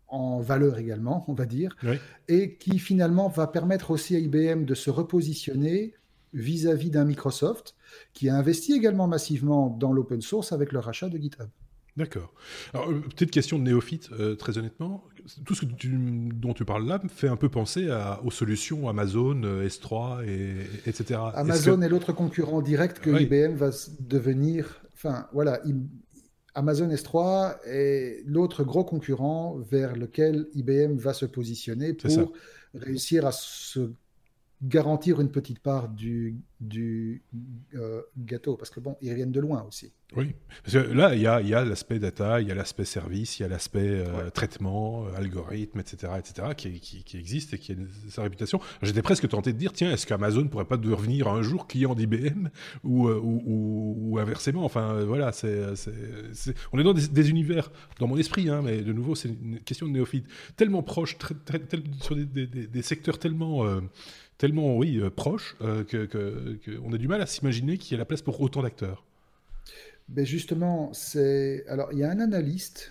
en valeur également, on va dire, Oui. et qui finalement va permettre aussi à IBM de se repositionner vis-à-vis d'un Microsoft qui a investi également massivement dans l'open source avec le rachat de GitHub. D'accord. Alors, petite question de néophyte, très honnêtement. Tout ce dont tu parles là me fait un peu penser aux solutions Amazon, S3, etc. Amazon est l'autre concurrent direct que Oui, IBM va devenir. Enfin, voilà, Amazon S3 est l'autre gros concurrent vers lequel IBM va se positionner c'est ça. pour réussir à se garantir une petite part du gâteau. Parce que bon, ils reviennent de loin aussi. Oui, parce que là, il y a l'aspect data, il y a l'aspect service, il y a l'aspect Ouais. traitement, algorithme, etc., qui existe et qui a sa réputation. J'étais presque tenté de dire, tiens, est-ce qu'Amazon pourrait pas devenir un jour client d'IBM ou inversement. Enfin, voilà, on est dans des univers, dans mon esprit, hein, mais de nouveau, c'est une question de néophyte, tellement proche, sur des secteurs tellement, oui, proches, qu'on a du mal à s'imaginer qu'il y a la place pour autant d'acteurs. Ben justement, alors il y a un analyste,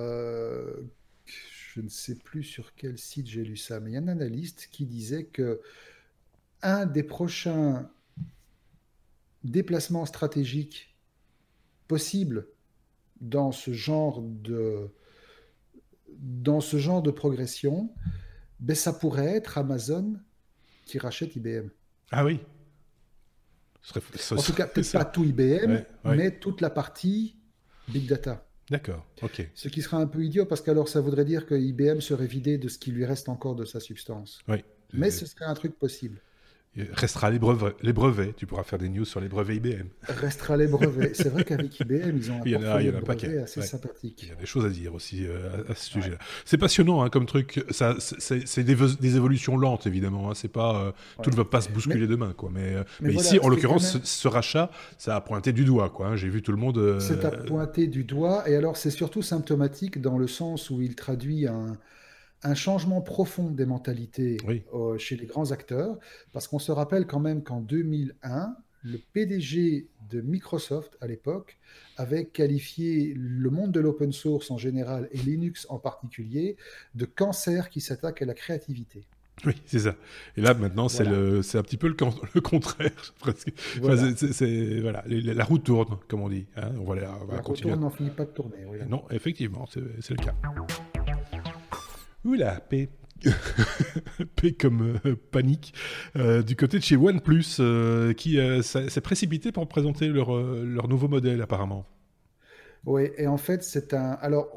je ne sais plus sur quel site j'ai lu ça, mais il y a un analyste qui disait que un des prochains déplacements stratégiques possibles dans ce genre de, dans ce genre de progression, ben ça pourrait être Amazon qui rachète IBM. Ah oui, En tout cas, peut-être ça. pas tout IBM, Ouais, ouais. mais toute la partie Big Data. D'accord, ok. Ce qui sera un peu idiot parce qu'alors ça voudrait dire que IBM serait vidé de ce qui lui reste encore de sa substance. Oui. Mais ce serait un truc possible. Il restera les brevets. Tu pourras faire des news sur les brevets IBM. Restera les brevets. C'est vrai qu'avec IBM, ils ont un Il y portfolio en a de un paquet. brevets assez Ouais. Il y sympathique. a des choses à dire aussi à ce Ouais, sujet-là. C'est passionnant hein, comme truc. C'est des évolutions lentes évidemment. Hein. C'est pas tout ne ouais. va pas se bousculer Mais, demain quoi. mais Mais ici, voilà, en ce qui est quand l'occurrence, même, ce rachat, ça a pointé du doigt quoi. Hein. J'ai vu tout le monde. c'est à pointer du doigt. Et alors, c'est surtout symptomatique dans le sens où il traduit un changement profond des mentalités Oui. chez les grands acteurs, parce qu'on se rappelle quand même qu'en 2001, le PDG de Microsoft à l'époque avait qualifié le monde de l'open source en général et Linux en particulier de cancer qui s'attaque à la créativité. Oui, c'est ça. Et là, maintenant, Voilà, c'est un petit peu le contraire, presque. Enfin, voilà. voilà, la roue tourne, comme on dit. Hein. On va La continuer. retourne n'en finit pas de tourner. Oui. Non, effectivement, c'est le cas. Oula, P. P comme panique. Du côté de chez OnePlus, qui s'est précipité pour présenter leur nouveau modèle, apparemment. Oui, et en fait, c'est un. Alors,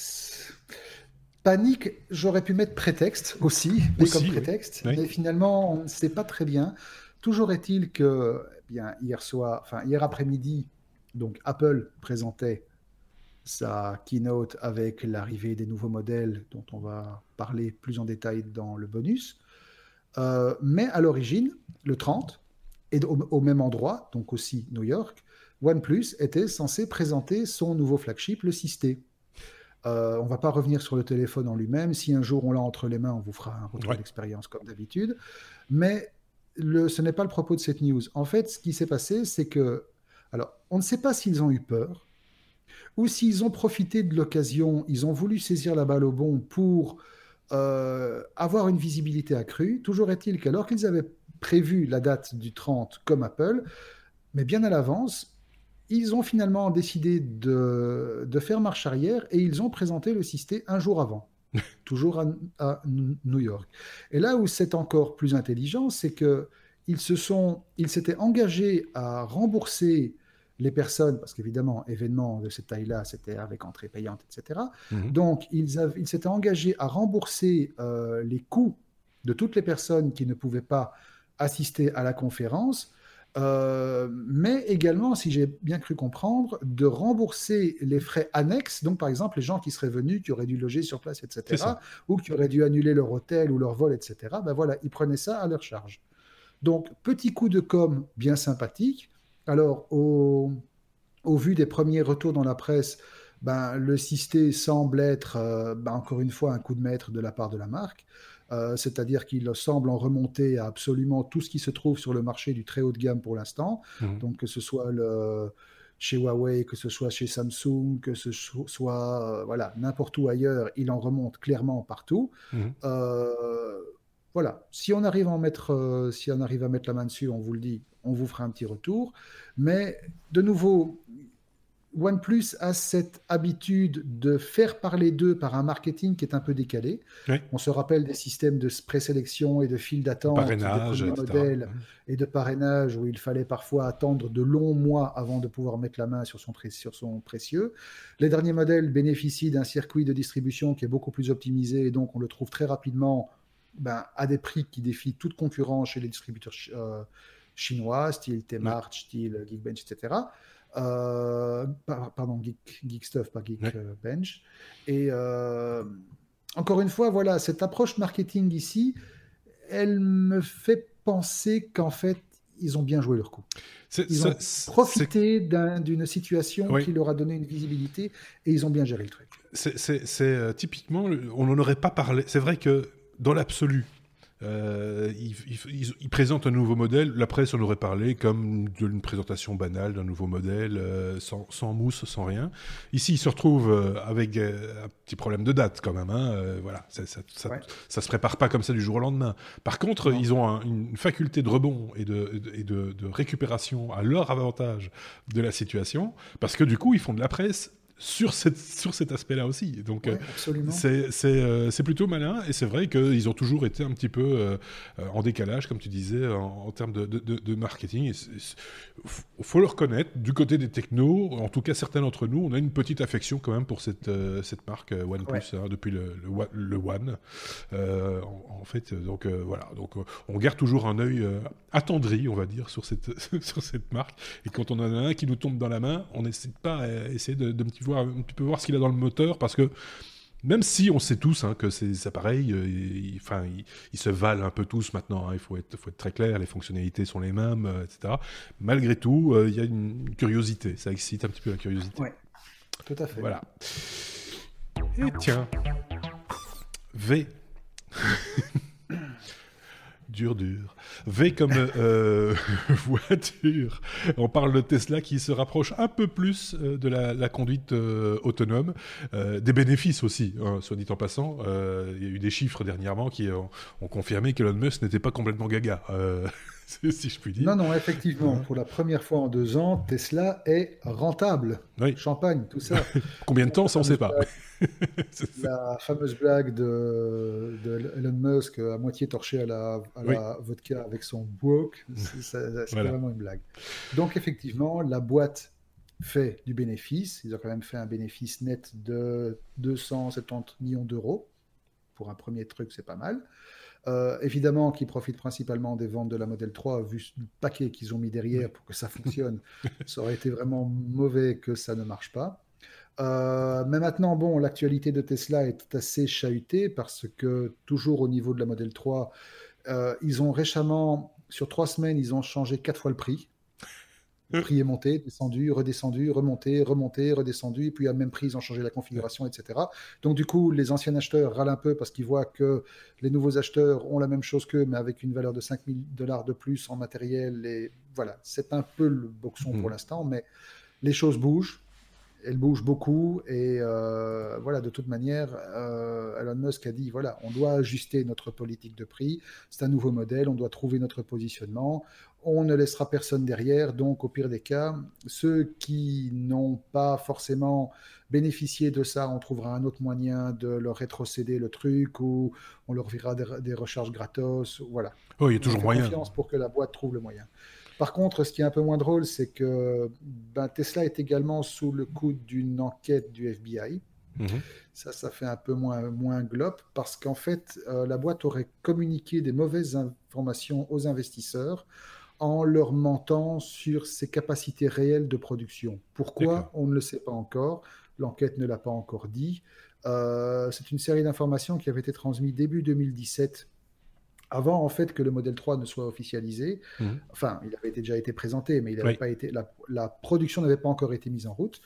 panique, j'aurais pu mettre prétexte aussi, mais comme Aussi, oui. prétexte, Oui. mais finalement, on ne sait pas très bien. Toujours est-il que, eh bien, hier après-midi, donc Apple présentait sa keynote avec l'arrivée des nouveaux modèles dont on va parler plus en détail dans le bonus. Mais à l'origine, le 30, et au même endroit, donc aussi New York, OnePlus était censé présenter son nouveau flagship, le 6T. On ne va pas revenir sur le téléphone en lui-même. Si un jour on l'a entre les mains, on vous fera un retour Ouais. d'expérience comme d'habitude. Mais ce n'est pas le propos de cette news. En fait, ce qui s'est passé, c'est que, alors, on ne sait pas s'ils ont eu peur ou s'ils ont profité de l'occasion, ils ont voulu saisir la balle au bon pour avoir une visibilité accrue. Toujours est-il qu'alors qu'ils avaient prévu la date du 30 comme Apple, mais bien à l'avance, ils ont finalement décidé de faire marche arrière et ils ont présenté le 6T un jour avant, toujours à New York. Et là où c'est encore plus intelligent, c'est que ils s'étaient engagés à rembourser les personnes, parce qu'évidemment, événement de cette taille-là, c'était avec entrée payante, etc. Mhm. Donc, ils s'étaient engagés à rembourser les coûts de toutes les personnes qui ne pouvaient pas assister à la conférence, mais également, si j'ai bien cru comprendre, de rembourser les frais annexes, donc par exemple les gens qui seraient venus, qui auraient dû loger sur place, C'est ça. etc., ou qui auraient dû annuler leur hôtel ou leur vol, etc., ben voilà, ils prenaient ça à leur charge. Donc, petit coup de com bien sympathique. Alors, au vu des premiers retours dans la presse, ben, le 6T semble être, ben, encore une fois, un coup de maître de la part de la marque. C'est-à-dire qu'il semble en remonter à absolument tout ce qui se trouve sur le marché du très haut de gamme pour l'instant. Mhm. Donc, que ce soit chez Huawei, que ce soit chez Samsung, que ce soit voilà, n'importe où ailleurs, il en remonte clairement partout. Mhm. Voilà, si on arrive si on arrive à mettre la main dessus, on vous le dit, on vous fera un petit retour. Mais de nouveau, OnePlus a cette habitude de faire parler d'eux par un marketing qui est un peu décalé. Ouais. On se rappelle des systèmes de présélection et de file d'attente Parrainage, des premiers etc. modèles et de parrainage où il fallait parfois attendre de longs mois avant de pouvoir mettre la main sur son précieux. Les derniers modèles bénéficient d'un circuit de distribution qui est beaucoup plus optimisé et donc on le trouve très rapidement à des prix qui défient toute concurrence chez les distributeurs chinois, style Tmart, style Geekbench, etc. Pardon, Geek Stuff, pas Geekbench. Et encore une fois, voilà, cette approche marketing ici, elle me fait penser qu'en fait, ils ont bien joué leur coup. Ils ont profité d'une situation qui leur a donné une visibilité et ils ont bien géré le truc. C'est typiquement, on n'en aurait pas parlé. C'est vrai que dans l'absolu, ils présentent un nouveau modèle. La presse en aurait parlé comme d'une présentation banale d'un nouveau modèle, sans mousse, sans rien. Ici, ils se retrouvent avec un petit problème de date quand même. Voilà, ça se prépare pas comme ça du jour au lendemain. Par contre, ils ont une faculté de rebond et de récupération à leur avantage de la situation, parce que du coup, ils font de la presse sur cet aspect-là aussi. Donc, c'est plutôt malin, et c'est vrai qu'ils ont toujours été un petit peu en décalage, comme tu disais, en termes de marketing. Il faut le reconnaître, du côté des technos, en tout cas certains d'entre nous, on a une petite affection quand même pour cette marque OnePlus, depuis le One. En fait, donc voilà. Donc, on garde toujours un œil attendri, on va dire, sur cette marque. Et quand on en a un qui nous tombe dans la main, on n'hésite pas à essayer de un petit peu voir ce qu'il a dans le moteur, parce que même si on sait tous que ces appareils, ils se valent un peu tous maintenant, il faut être très clair, les fonctionnalités sont les mêmes, etc. Malgré tout, il y a une curiosité, ça excite un petit peu la curiosité. Oui, tout à fait. Voilà. Et tiens, V. Dur. V comme voiture. On parle de Tesla qui se rapproche un peu plus de la conduite autonome. Des bénéfices aussi, soit dit en passant. Il y a eu des chiffres dernièrement qui ont confirmé qu'Elon Musk n'était pas complètement gaga. Si je puis dire. Non, effectivement, pour la première fois en 2 ans, Tesla est rentable. Oui. Champagne, tout ça. Combien de temps, ça on ne sait pas. La fameuse blague de Elon Musk à moitié torché à la vodka avec son broke, c'est vraiment une blague. Donc effectivement, la boîte fait du bénéfice. Ils ont quand même fait un bénéfice net de 270 millions d'euros. Pour un premier truc, c'est pas mal. Évidemment, qui profitent principalement des ventes de la Model 3, vu le paquet qu'ils ont mis derrière pour que ça fonctionne. Ça aurait été vraiment mauvais que ça ne marche pas. Mais maintenant, bon, l'actualité de Tesla est assez chahutée parce que, toujours au niveau de la Model 3, ils ont récemment, sur 3 semaines, ils ont changé 4 fois le prix. Le prix est monté, descendu, redescendu, remonté, redescendu, et puis à même prix, ils ont changé la configuration, etc. Donc du coup, les anciens acheteurs râlent un peu parce qu'ils voient que les nouveaux acheteurs ont la même chose qu'eux, mais avec une valeur de $5,000 de plus en matériel. Et voilà, c'est un peu le boxon pour l'instant, mais les choses bougent. Elle bouge beaucoup et voilà, de toute manière, Elon Musk a dit voilà, on doit ajuster notre politique de prix, c'est un nouveau modèle, on doit trouver notre positionnement, on ne laissera personne derrière, donc au pire des cas, ceux qui n'ont pas forcément bénéficié de ça, on trouvera un autre moyen de leur rétrocéder le truc ou on leur virera des recharges gratos, voilà. Oh, il y a toujours moyen. Confiance pour que la boîte trouve le moyen. Par contre, ce qui est un peu moins drôle, c'est que Tesla est également sous le coup d'une enquête du FBI. Ça fait un peu moins glop, parce qu'en fait, la boîte aurait communiqué des mauvaises informations aux investisseurs en leur mentant sur ses capacités réelles de production. Pourquoi ? On ne le sait pas encore. L'enquête ne l'a pas encore dit. C'est une série d'informations qui avait été transmises début 2017, avant en fait que le modèle 3 ne soit officialisé. Enfin, il avait déjà été présenté, mais il n'avait pas été, la production n'avait pas encore été mise en route.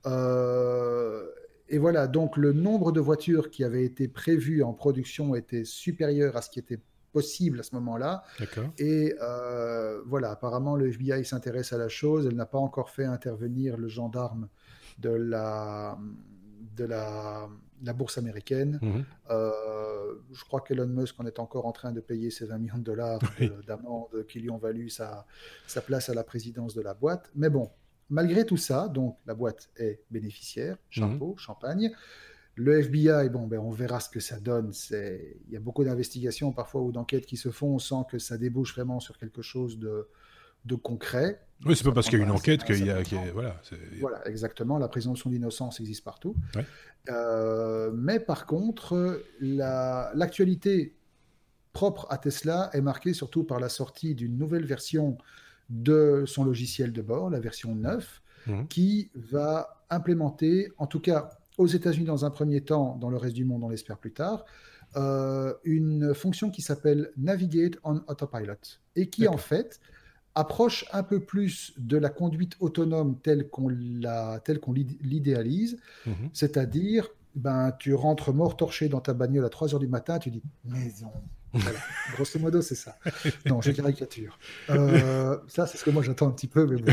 Et voilà, donc le nombre de voitures qui avaient été prévues en production était supérieur à ce qui était possible à ce moment-là. D'accord. Et voilà, apparemment, le FBI s'intéresse à la chose. Elle n'a pas encore fait intervenir le gendarme de la bourse américaine. Je crois qu'Elon Musk en est encore en train de payer ses 20 millions de dollars d'amende qui lui ont valu sa place à la présidence de la boîte. Mais bon, malgré tout ça, donc la boîte est bénéficiaire, chapeau, champagne. Le FBI, bon, ben, on verra ce que ça donne. Il y a beaucoup d'investigations parfois ou d'enquêtes qui se font sans que ça débouche vraiment sur quelque chose de concret. Oui, c'est pas parce qu'il y a une enquête qu'il y a... Voilà, voilà, exactement. La présomption d'innocence existe partout. Ouais. Mais par contre, l'actualité propre à Tesla est marquée surtout par la sortie d'une nouvelle version de son logiciel de bord, la version 9, qui va implémenter, en tout cas aux États-Unis dans un premier temps, dans le reste du monde on l'espère plus tard, une fonction qui s'appelle Navigate on Autopilot et qui en fait approche un peu plus de la conduite autonome telle qu'on l'idéalise, c'est-à-dire ben, tu rentres mort torché dans ta bagnole à 3h du matin, tu dis « maison ». Voilà. Grosso modo, c'est ça. Non, je caricature. Ça, c'est ce que moi j'attends un petit peu, mais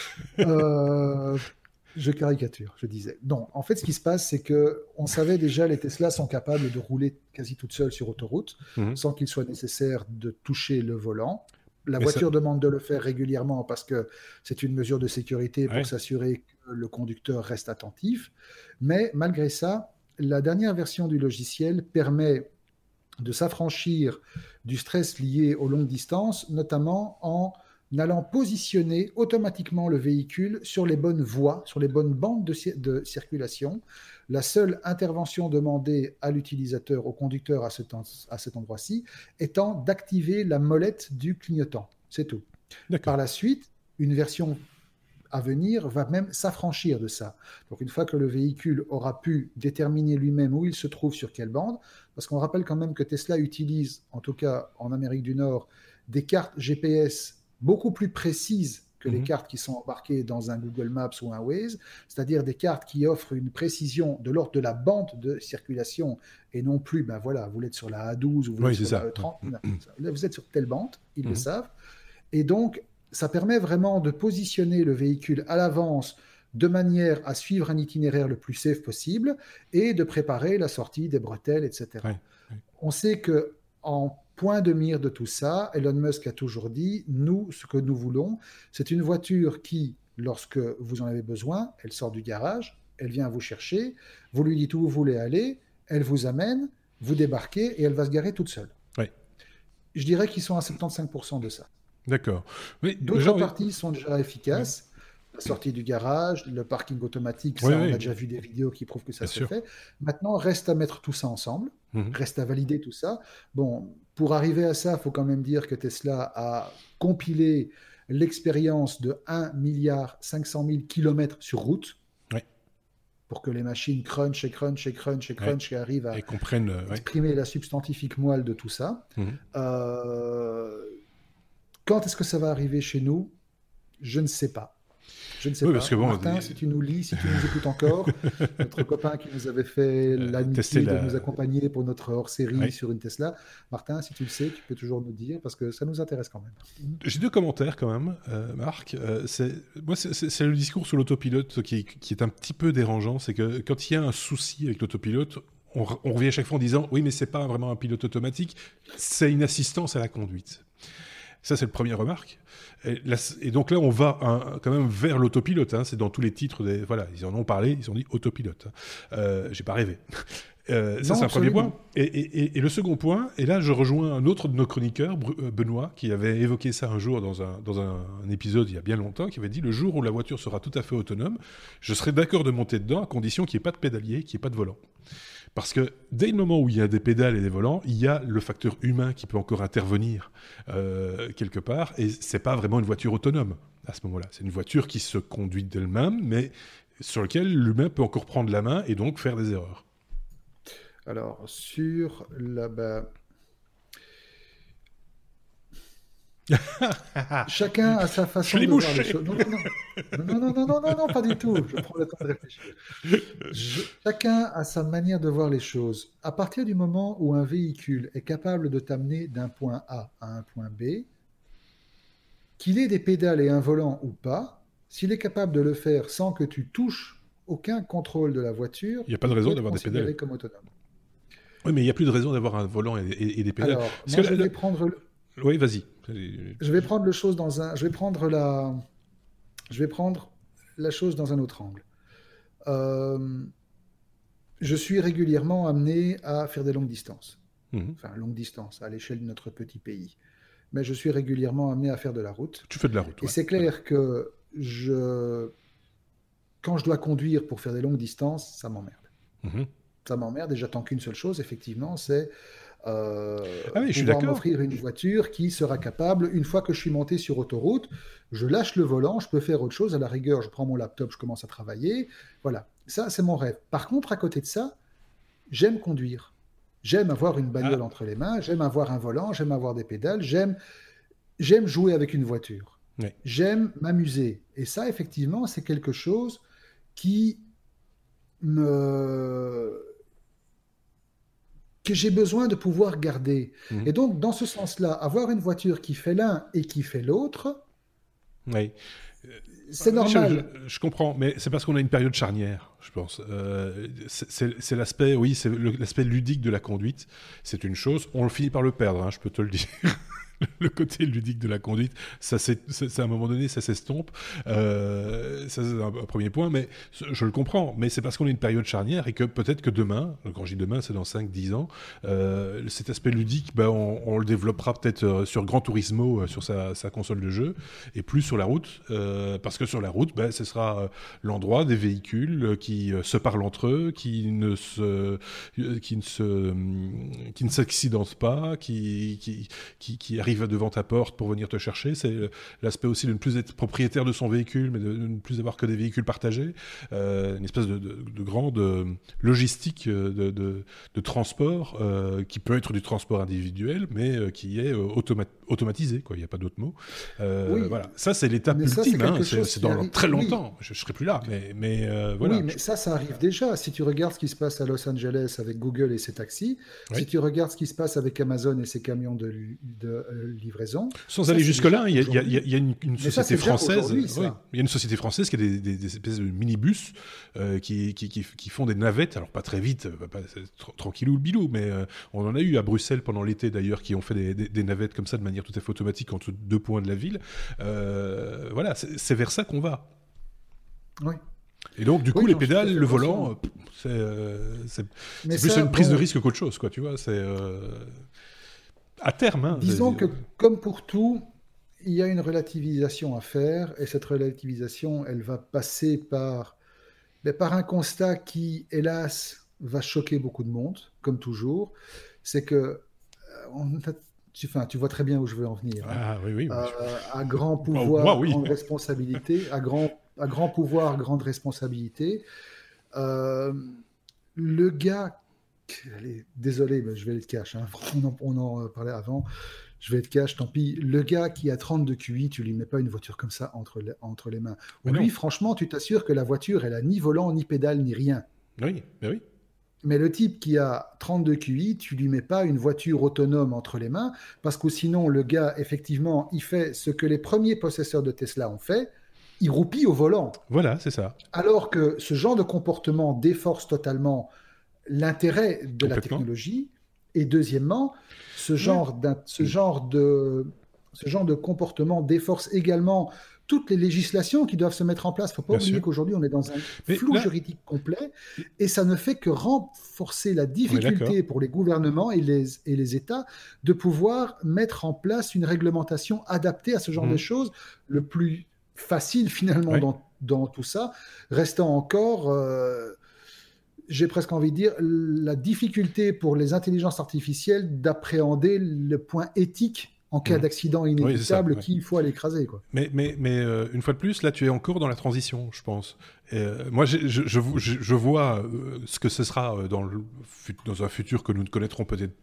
bon. Je caricature, je disais. Non, en fait, ce qui se passe, c'est qu'on savait déjà les Tesla sont capables de rouler quasi toutes seules sur autoroute, sans qu'il soit nécessaire de toucher le volant. La voiture demande de le faire régulièrement parce que c'est une mesure de sécurité pour s'assurer que le conducteur reste attentif. Mais malgré ça, la dernière version du logiciel permet de s'affranchir du stress lié aux longues distances, notamment en allant positionner automatiquement le véhicule sur les bonnes voies, sur les bonnes bandes de circulation. La seule intervention demandée à l'utilisateur, au conducteur à cet endroit-ci, étant d'activer la molette du clignotant. C'est tout. Par la suite, une version à venir va même s'affranchir de ça. Donc une fois que le véhicule aura pu déterminer lui-même où il se trouve sur quelle bande, parce qu'on rappelle quand même que Tesla utilise, en tout cas en Amérique du Nord, des cartes GPS beaucoup plus précises que les cartes qui sont embarquées dans un Google Maps ou un Waze, c'est-à-dire des cartes qui offrent une précision de l'ordre de la bande de circulation et non plus, ben voilà, vous êtes sur la A12 ou vous êtes sur la E30, là, vous êtes sur telle bande, ils le savent. Et donc, ça permet vraiment de positionner le véhicule à l'avance de manière à suivre un itinéraire le plus safe possible et de préparer la sortie des bretelles, etc. On sait qu'en point de mire de tout ça, Elon Musk a toujours dit, nous, ce que nous voulons, c'est une voiture qui, lorsque vous en avez besoin, elle sort du garage, elle vient vous chercher, vous lui dites où vous voulez aller, elle vous amène, vous débarquez et elle va se garer toute seule. Je dirais qu'ils sont à 75% de ça. D'accord. D'autres parties sont déjà efficaces. La sortie du garage, le parking automatique, ça, on a déjà vu des vidéos qui prouvent que ça se fait. Maintenant, reste à mettre tout ça ensemble, reste à valider tout ça. Bon, pour arriver à ça, il faut quand même dire que Tesla a compilé l'expérience de 1,5 milliard km sur route pour que les machines crunch et arrivent à exprimer la substantifique moelle de tout ça. Quand est-ce que ça va arriver chez nous? Je ne sais pas. Je ne sais pas. Parce que Martin, si tu nous lis, si tu nous écoutes encore, notre copain qui nous avait fait l'amitié de nous accompagner pour notre hors-série sur une Tesla, Martin, si tu le sais, tu peux toujours nous dire parce que ça nous intéresse quand même. J'ai 2 commentaires quand même, Marc. Moi, c'est le discours sur l'autopilote qui est un petit peu dérangeant. C'est que quand il y a un souci avec l'autopilote, on revient à chaque fois en disant « Oui, mais c'est pas vraiment un pilote automatique, c'est une assistance à la conduite ». Ça, c'est le premier remarque. Et donc là, on va quand même vers l'autopilote. C'est dans tous les titres. Voilà, ils en ont parlé, ils ont dit autopilote. J'ai pas rêvé. Ça, c'est un premier point. Et le second point, et là, je rejoins un autre de nos chroniqueurs, Benoît, qui avait évoqué ça un jour dans un épisode il y a bien longtemps, qui avait dit « Le jour où la voiture sera tout à fait autonome, je serai d'accord de monter dedans à condition qu'il n'y ait pas de pédalier, qu'il n'y ait pas de volant. » Parce que dès le moment où il y a des pédales et des volants, il y a le facteur humain qui peut encore intervenir quelque part, et c'est pas vraiment une voiture autonome à ce moment-là. C'est une voiture qui se conduit d'elle-même, mais sur laquelle l'humain peut encore prendre la main et donc faire des erreurs. Alors, sur là-bas... Chacun a sa façon de voir les choses. Non, pas du tout. Je prends le temps de réfléchir. Chacun a sa manière de voir les choses. À partir du moment où un véhicule est capable de t'amener d'un point A à un point B, qu'il ait des pédales et un volant ou pas, s'il est capable de le faire sans que tu touches aucun contrôle de la voiture, il n'y a pas de raison d'avoir des pédales. Comme autonome. Oui, mais il n'y a plus de raison d'avoir un volant et des pédales. Alors, moi, je vais prendre... Oui, vas-y. Je vais prendre le chose dans un... Je vais prendre la chose dans un autre angle. Je suis régulièrement amené à faire des longues distances. Enfin, longues distances à l'échelle de notre petit pays. Mais je suis régulièrement amené à faire de la route. Tu fais de la route, Et c'est clair que quand je dois conduire pour faire des longues distances, ça m'emmerde. Ça m'emmerde et j'attends qu'une seule chose, effectivement, c'est pouvoir m'offrir une voiture qui sera capable, une fois que je suis monté sur autoroute, je lâche le volant, je peux faire autre chose, à la rigueur, je prends mon laptop, je commence à travailler. Voilà, ça c'est mon rêve. Par contre, à côté de ça, j'aime conduire. J'aime avoir une bagnole entre les mains, j'aime avoir un volant, j'aime avoir des pédales, j'aime jouer avec une voiture. Oui. J'aime m'amuser. Et ça, effectivement, c'est quelque chose que j'ai besoin de pouvoir garder. Et donc, dans ce sens-là, avoir une voiture qui fait l'un et qui fait l'autre, c'est normal. Je comprends, mais c'est parce qu'on a une période charnière, je pense. C'est l'aspect, c'est l'aspect ludique de la conduite. C'est une chose, on finit par le perdre, je peux te le dire. Le côté ludique de la conduite, ça à un moment donné, ça s'estompe. Ça, c'est un premier point, mais je le comprends. Mais c'est parce qu'on est une période charnière et que peut-être que demain, quand je dis demain, c'est dans 5-10 ans, cet aspect ludique, on le développera peut-être sur Gran Turismo, sur sa console de jeu, et plus sur la route. Parce que sur la route, ce sera l'endroit des véhicules qui se parlent entre eux, qui ne s'accidentent pas, qui arrivent devant ta porte pour venir te chercher. C'est l'aspect aussi de ne plus être propriétaire de son véhicule, mais de ne plus avoir que des véhicules partagés. Une espèce de grande logistique de transport qui peut être du transport individuel, mais qui est automatisé, quoi. Il n'y a pas d'autre mot. Voilà. Ça, c'est l'étape ultime. C'est dans très longtemps. Je ne serai plus là, mais voilà. Oui, mais ça arrive déjà. Si tu regardes ce qui se passe à Los Angeles avec Google et ses taxis, si tu regardes ce qui se passe avec Amazon et ses camions de livraison. Sans aller jusque-là, il y a une société française. Il y a une société française qui a des espèces de minibus qui font des navettes, alors pas très vite, pas tranquillou le bilou, mais on en a eu à Bruxelles pendant l'été d'ailleurs, qui ont fait des navettes comme ça de manière tout à fait automatique entre deux points de la ville. Voilà, c'est vers ça qu'on va. Oui. Et donc, du coup, les pédales, le volant, c'est plus une prise de risque qu'autre chose, quoi, tu vois. C'est à terme. Disons que, comme pour tout, il y a une relativisation à faire, et cette relativisation, elle va passer par un constat qui, hélas, va choquer beaucoup de monde, comme toujours. C'est que, tu vois très bien où je veux en venir. Ah, oui. À grand pouvoir, grande responsabilité. À grand pouvoir, grande responsabilité. Le gars... Allez, désolé, mais je vais être cash. On en parlait avant. Je vais être cash, tant pis. Le gars qui a 32 QI, tu lui mets pas une voiture comme ça entre les mains. Lui, franchement, tu t'assures que la voiture, elle a ni volant, ni pédale, ni rien. Oui. Mais le type qui a 32 QI, tu lui mets pas une voiture autonome entre les mains, parce que sinon, le gars, effectivement, il fait ce que les premiers possesseurs de Tesla ont fait. Il roupille au volant. Voilà, c'est ça. Alors que ce genre de comportement déforce totalement l'intérêt de la technologie, et deuxièmement, ce genre de comportement déforce également toutes les législations qui doivent se mettre en place. Il ne faut pas oublier qu'aujourd'hui, on est dans un flou juridique complet, et ça ne fait que renforcer la difficulté pour les gouvernements et les États de pouvoir mettre en place une réglementation adaptée à ce genre de choses, le plus facile finalement dans tout ça, restant encore... j'ai presque envie de dire, la difficulté pour les intelligences artificielles d'appréhender le point éthique en cas d'accident inévitable qu'il faut aller écraser, quoi. Mais une fois de plus, là, tu es encore dans la transition, je pense. Moi, je vois ce que ce sera dans un futur que nous ne connaîtrons peut-être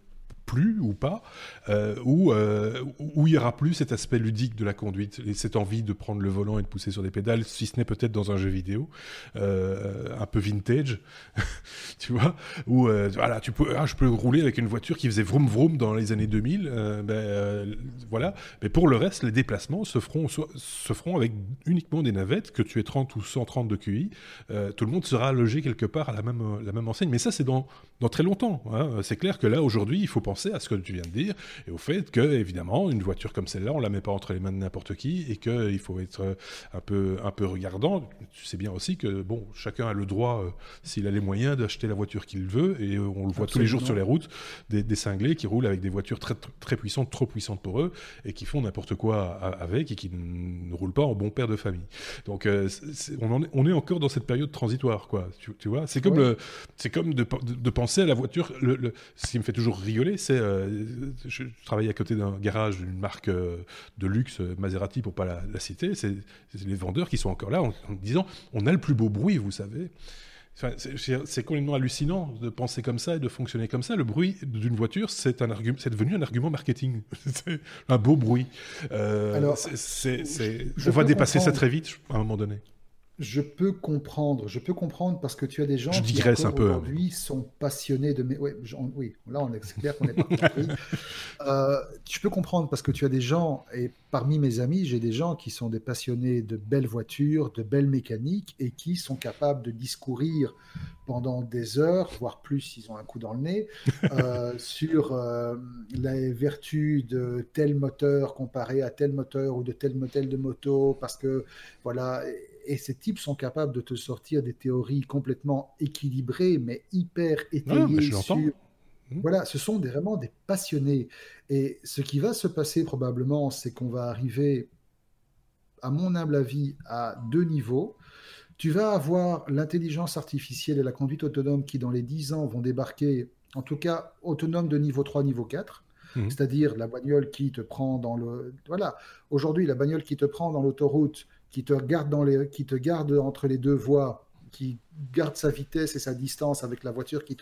plus ou pas, où il y aura plus cet aspect ludique de la conduite et cette envie de prendre le volant et de pousser sur des pédales, si ce n'est peut-être dans un jeu vidéo un peu vintage, tu vois, où voilà, je peux rouler avec une voiture qui faisait vroom vroom dans les années 2000, voilà. Mais pour le reste, les déplacements se feront avec uniquement des navettes, que tu aies 30 ou 130 de QI, tout le monde sera logé quelque part à la même enseigne. Mais ça, c'est dans très longtemps, hein. C'est clair que là, aujourd'hui, il faut penser à ce que tu viens de dire et au fait que, évidemment, une voiture comme celle-là, on la met pas entre les mains de n'importe qui et qu'il faut être un peu regardant. Tu sais bien aussi que, bon, chacun a le droit, s'il a les moyens, d'acheter la voiture qu'il veut, et on le voit tous les jours sur les routes, des cinglés qui roulent avec des voitures très, très puissantes, trop puissantes pour eux, et qui font n'importe quoi avec, et qui ne roulent pas en bon père de famille. Donc, on est encore dans cette période transitoire, quoi. Tu vois, c'est comme, c'est comme de penser à la voiture. Ce qui me fait toujours rigoler, c'est je travaille à côté d'un garage d'une marque de luxe, Maserati pour pas la citer. C'est les vendeurs qui sont encore là en disant on a le plus beau bruit, vous savez. Enfin, c'est complètement hallucinant de penser comme ça et de fonctionner comme ça. Le bruit d'une voiture, c'est devenu un argument marketing. C'est un beau bruit. Alors, on va dépasser ça très vite à un moment donné. Je peux comprendre parce que tu as des gens qui aujourd'hui sont passionnés de... Oui, là c'est clair qu'on n'est pas compris. Je peux comprendre parce que tu as des gens, et parmi mes amis, j'ai des gens qui sont des passionnés de belles voitures, de belles mécaniques, et qui sont capables de discourir pendant des heures, voire plus s'ils ont un coup dans le nez, sur les vertus de tel moteur comparé à tel moteur ou de tel modèle de moto, parce que voilà... Et ces types sont capables de te sortir des théories complètement équilibrées, mais hyper étayées sur... Voilà, ce sont vraiment des passionnés. Et ce qui va se passer probablement, c'est qu'on va arriver, à mon humble avis, à deux niveaux. Tu vas avoir l'intelligence artificielle et la conduite autonome qui, dans les 10 ans, vont débarquer, en tout cas, autonome de niveau 3, niveau 4. C'est-à-dire la bagnole qui te prend dans le... Voilà, aujourd'hui, la bagnole qui te prend dans l'autoroute, qui te garde entre les deux voies, qui garde sa vitesse et sa distance avec la voiture qui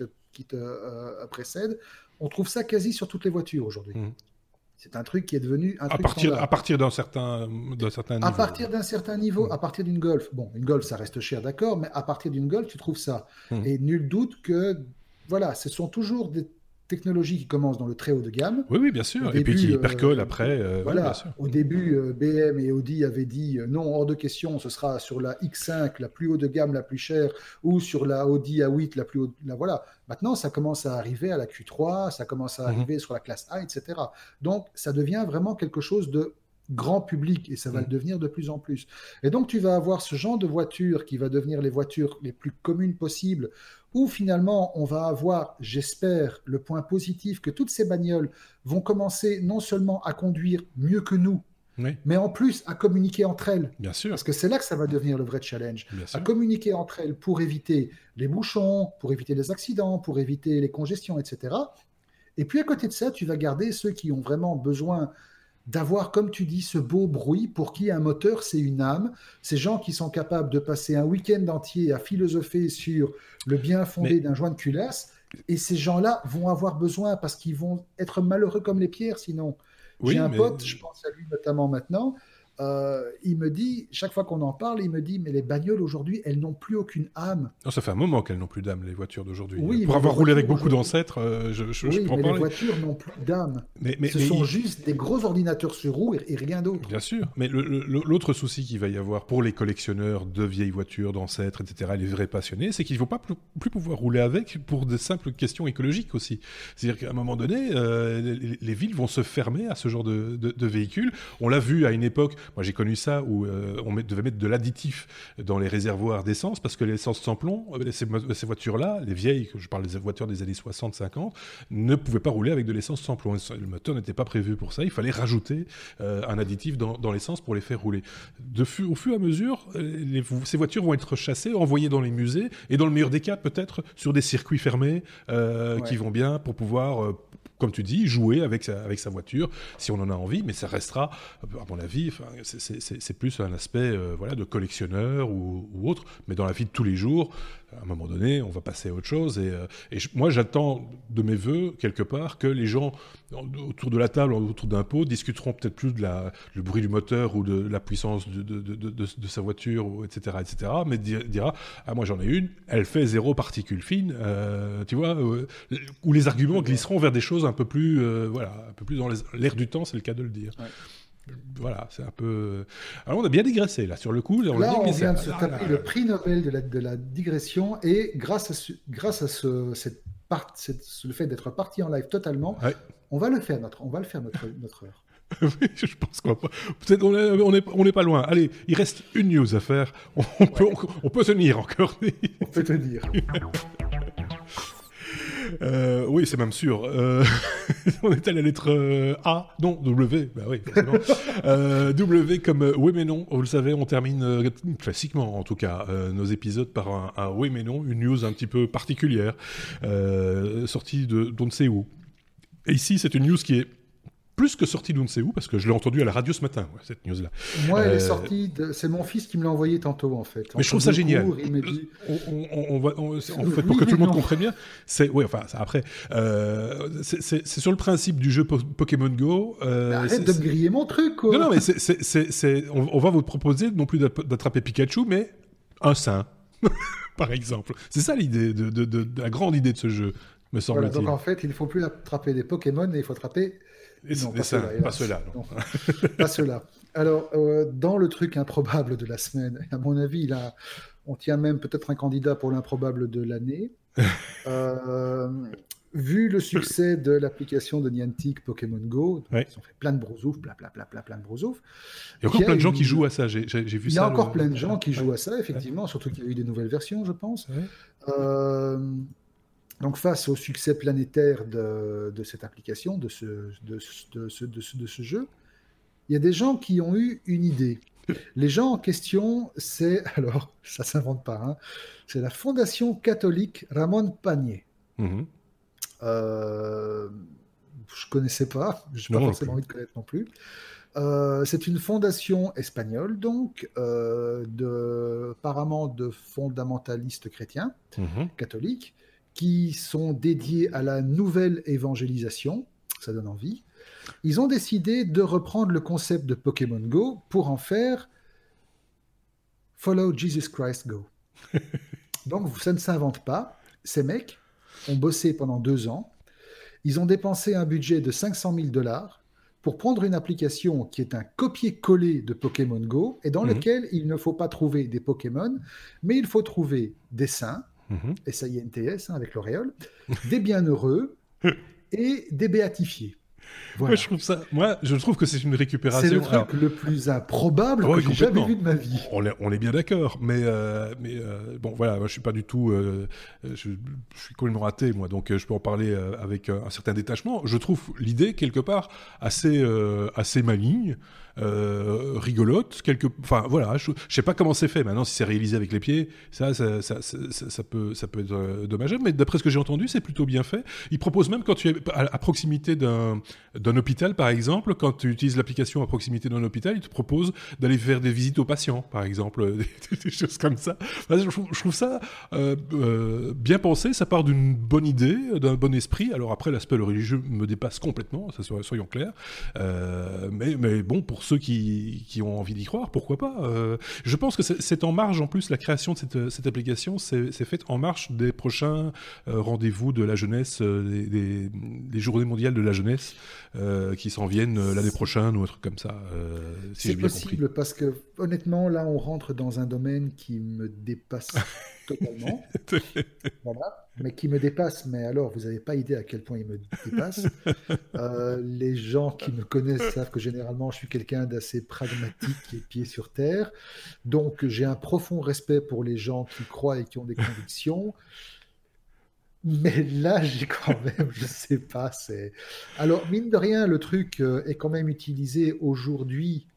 te précède, on trouve ça quasi sur toutes les voitures aujourd'hui. C'est un truc qui est devenu un truc standard. À partir d'un certain niveau. À partir d'un certain niveau, à partir d'une Golf. Bon, une Golf, ça reste cher, d'accord, mais à partir d'une Golf, tu trouves ça. Et nul doute que, voilà, ce sont toujours des technologies qui commencent dans le très haut de gamme. Oui, bien sûr. Et puis qui percolent après. Voilà. Oui, au début, BM et Audi avaient dit non, hors de question, ce sera sur la X5, la plus haut de gamme, la plus chère, ou sur la Audi A8, la plus haute. Voilà. Maintenant, ça commence à arriver à la Q3, ça commence à arriver sur la classe A, etc. Donc, ça devient vraiment quelque chose de grand public, et ça va le devenir de plus en plus. Et donc, tu vas avoir ce genre de voiture qui va devenir les voitures les plus communes possibles, où finalement, on va avoir, j'espère, le point positif que toutes ces bagnoles vont commencer non seulement à conduire mieux que nous, mais en plus à communiquer entre elles. Bien sûr. Parce que c'est là que ça va devenir le vrai challenge. À communiquer entre elles pour éviter les bouchons, pour éviter les accidents, pour éviter les congestions, etc. Et puis à côté de ça, tu vas garder ceux qui ont vraiment besoin d'avoir, comme tu dis, ce beau bruit pour qui un moteur, c'est une âme. Ces gens qui sont capables de passer un week-end entier à philosopher sur le bien fondé d'un joint de culasse, et ces gens-là vont avoir besoin parce qu'ils vont être malheureux comme les pierres sinon. J'ai un pote, je pense à lui notamment maintenant, il me dit, chaque fois qu'on en parle, il me dit, mais les bagnoles aujourd'hui, elles n'ont plus aucune âme. Non, ça fait un moment qu'elles n'ont plus d'âme, les voitures d'aujourd'hui. Oui, pour avoir roulé avec beaucoup d'ancêtres, je peux en parler. Les voitures n'ont plus d'âme. Ce sont juste des gros ordinateurs sur roues et rien d'autre. Bien sûr, mais l'autre souci qu'il va y avoir pour les collectionneurs de vieilles voitures, d'ancêtres, etc., les vrais passionnés, c'est qu'ils ne vont pas plus pouvoir rouler avec pour de simples questions écologiques aussi. C'est-à-dire qu'à un moment donné, les villes vont se fermer à ce genre de véhicules. On l'a vu à une époque. Moi, j'ai connu ça où on devait mettre de l'additif dans les réservoirs d'essence parce que l'essence sans plomb, ces voitures-là, les vieilles, je parle des voitures des années 60-50, ne pouvaient pas rouler avec de l'essence sans plomb. Le moteur n'était pas prévu pour ça. Il fallait rajouter un additif dans l'essence pour les faire rouler. Au fur et à mesure, ces voitures vont être chassées, envoyées dans les musées et dans le meilleur des cas, peut-être sur des circuits fermés qui vont bien pour pouvoir comme tu dis, jouer avec sa voiture, si on en a envie, mais ça restera, à mon avis, c'est plus un aspect de collectionneur ou autre, mais dans la vie de tous les jours, à un moment donné, on va passer à autre chose. Moi, j'attends de mes voeux, quelque part, que les gens autour de la table, autour d'un pot, discuteront peut-être plus le bruit du moteur ou de la puissance de sa voiture, etc., mais dira « Ah, moi j'en ai une, elle fait 0 particules fines. » Tu vois, où les arguments glisseront vers des choses un peu plus dans l'air du temps, c'est le cas de le dire. Ouais. Voilà, c'est un peu... Alors, on a bien digressé, là, sur le coup. On vient de se taper le prix Nobel de la digression, et grâce à le fait d'être parti en live totalement, on va le faire notre heure. Oui, je pense qu'on va pas... Peut-être on n'est pas loin. Allez, il reste une news à faire. On peut tenir encore. On peut tenir. Oui, c'est même sûr. On est à la lettre A, non, W. Bah oui, forcément. W comme oui mais non. Vous le savez, on termine classiquement, en tout cas, nos épisodes par un oui mais non, une news un petit peu particulière, sortie d'on ne sait où. Et ici, c'est une news qui est plus que sortie d'on ne sait où, parce que je l'ai entendue à la radio ce matin, cette news-là. Moi, elle est sortie, c'est mon fils qui me l'a envoyé tantôt, en fait. Mais je trouve ça génial. Il m'a dit... en fait, pour que tout le monde comprenne bien, c'est sur le principe du jeu Pokémon Go. Arrête de me griller mon truc, quoi. Non, mais on va vous proposer non plus d'attraper Pikachu, mais un saint, par exemple. C'est ça l'idée, la grande idée de ce jeu, me semble-t-il. Donc en fait, il ne faut plus attraper des Pokémon, mais il faut attraper... Non, pas ceux-là. Pas ceux-là. Alors, dans le truc improbable de la semaine, à mon avis, on tient même peut-être un candidat pour l'improbable de l'année. Vu le succès de l'application de Niantic Pokémon Go, ils ont fait plein de brosoufs, plein de brosoufs. Il y a encore plein de gens qui jouent à ça, j'ai vu ça. Il y a encore plein de gens qui jouent à ça, effectivement, surtout qu'il y a eu des nouvelles versions, je pense. Donc, face au succès planétaire de cette application, de ce jeu, il y a des gens qui ont eu une idée. Les gens en question, alors, ça ne s'invente pas, hein, c'est la Fondation catholique Ramon Panier. Je ne connaissais pas, je n'ai pas forcément envie de connaître non plus. C'est une fondation espagnole, donc, apparemment de fondamentalistes chrétiens, catholiques, qui sont dédiés à la nouvelle évangélisation, ça donne envie. Ils ont décidé de reprendre le concept de Pokémon Go pour en faire Follow Jesus Christ Go. Donc, ça ne s'invente pas. Ces mecs ont bossé pendant 2 ans. Ils ont dépensé un budget de $500,000 pour prendre une application qui est un copier-coller de Pokémon Go et dans lequel il ne faut pas trouver des Pokémon, mais il faut trouver des saints, SAINTS, avec l'auréole, des bienheureux et des béatifiés. Voilà. Je trouve que c'est une récupération. C'est le truc le plus improbable que j'ai jamais vu de ma vie. On est bien d'accord, mais bon, voilà, moi, je suis pas du tout, je suis complètement raté, moi, donc je peux en parler avec un certain détachement. Je trouve l'idée quelque part assez maligne. Rigolote, enfin voilà, je sais pas comment c'est fait maintenant, si c'est réalisé avec les pieds, ça peut être dommageable, mais d'après ce que j'ai entendu, c'est plutôt bien fait. Il propose même quand tu es à proximité d'un hôpital, par exemple, quand tu utilises l'application à proximité d'un hôpital, il te propose d'aller faire des visites aux patients, par exemple, des choses comme ça. Enfin, je trouve ça bien pensé, ça part d'une bonne idée, d'un bon esprit. Alors après, l'aspect religieux me dépasse complètement, ça soyons clairs, mais bon, pour ceux qui ont envie d'y croire, pourquoi pas. Je pense que c'est en marge, en plus, la création de cette application, c'est fait en marge des prochains rendez-vous de la jeunesse, des journées mondiales de la jeunesse qui s'en viennent l'année prochaine ou un truc comme ça, si j'ai bien compris. C'est possible, parce que honnêtement, là, on rentre dans un domaine qui me dépasse totalement. Voilà, mais qui me dépasse. Mais alors, vous n'avez pas idée à quel point il me dépasse. Les gens qui me connaissent savent que généralement, je suis quelqu'un d'assez pragmatique et pied sur terre. Donc, j'ai un profond respect pour les gens qui croient et qui ont des convictions. Mais là, j'ai quand même, je sais pas, Alors, mine de rien, le truc est quand même utilisé aujourd'hui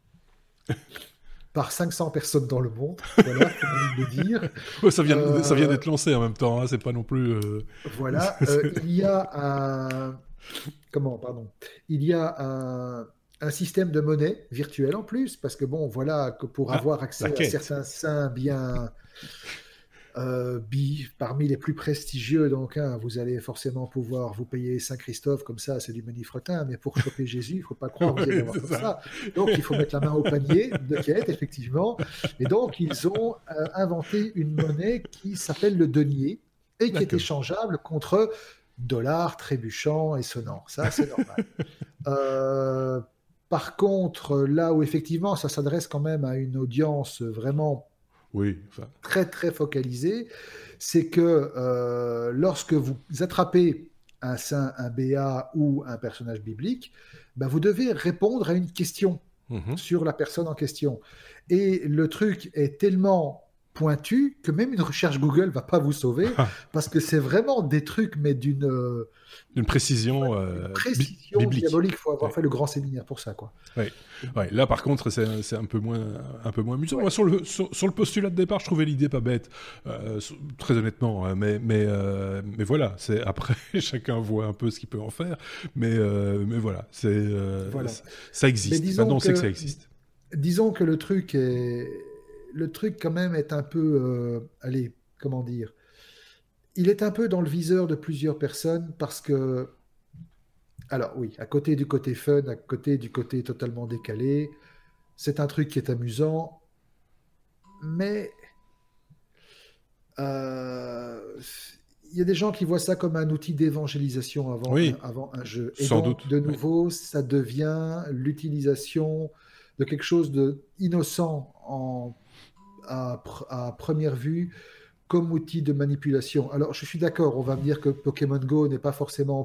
par 500 personnes dans le monde, voilà, faut le dire. Ouais, ça vient d'être lancé en même temps, hein, c'est pas non plus... Voilà, il y a Pardon. Il y a un système de monnaie virtuelle en plus, parce que bon, voilà, que pour Ah, avoir la accès à quête. certains saints bien parmi les plus prestigieux, donc hein, vous allez forcément pouvoir vous payer Saint-Christophe, comme ça, c'est du menifretin, mais pour choper Jésus, il ne faut pas croire que vous allez Ouais, avoir c'est comme ça. ça. Donc, il faut mettre la main au panier de quête, effectivement. Et donc, ils ont inventé une monnaie qui s'appelle le denier et qui est D'accord. échangeable contre dollars, trébuchants et sonnants. Ça, c'est normal. Euh, Par contre, là où effectivement ça s'adresse quand même à une audience vraiment Oui, enfin, très très focalisée, c'est que lorsque vous attrapez un saint, un béat ou un personnage biblique, ben, vous devez répondre à une question mhm. sur la personne en question. Et le truc est tellement pointu que même une recherche Google va pas vous sauver parce que c'est vraiment des trucs mais Une précision d'une précision biblique. diabolique. Il faut avoir Ouais. fait le grand séminaire pour ça, quoi. Ouais. Ouais. Là, par contre, c'est un peu moins amusant. Moi, Ouais. sur le postulat de départ, je trouvais l'idée pas bête, très honnêtement. Hein, mais voilà, c'est après chacun voit un peu ce qu'il peut en faire. Mais voilà, Voilà. ça Mais existe. Maintenant, on sait que ça existe. disons que le truc quand même est un peu, allez, comment dire, il est un peu dans le viseur de plusieurs personnes parce que, alors oui, à côté du côté fun, à côté du côté totalement décalé, c'est un truc qui est amusant, mais euh, il y a des gens qui voient ça comme un outil d'évangélisation Oui, avant un jeu. Et sans donc, doute. de Oui. nouveau, ça devient l'utilisation de quelque chose de innocent à première vue comme outil de manipulation. Alors, je suis d'accord, on va me dire que Pokémon Go n'est pas forcément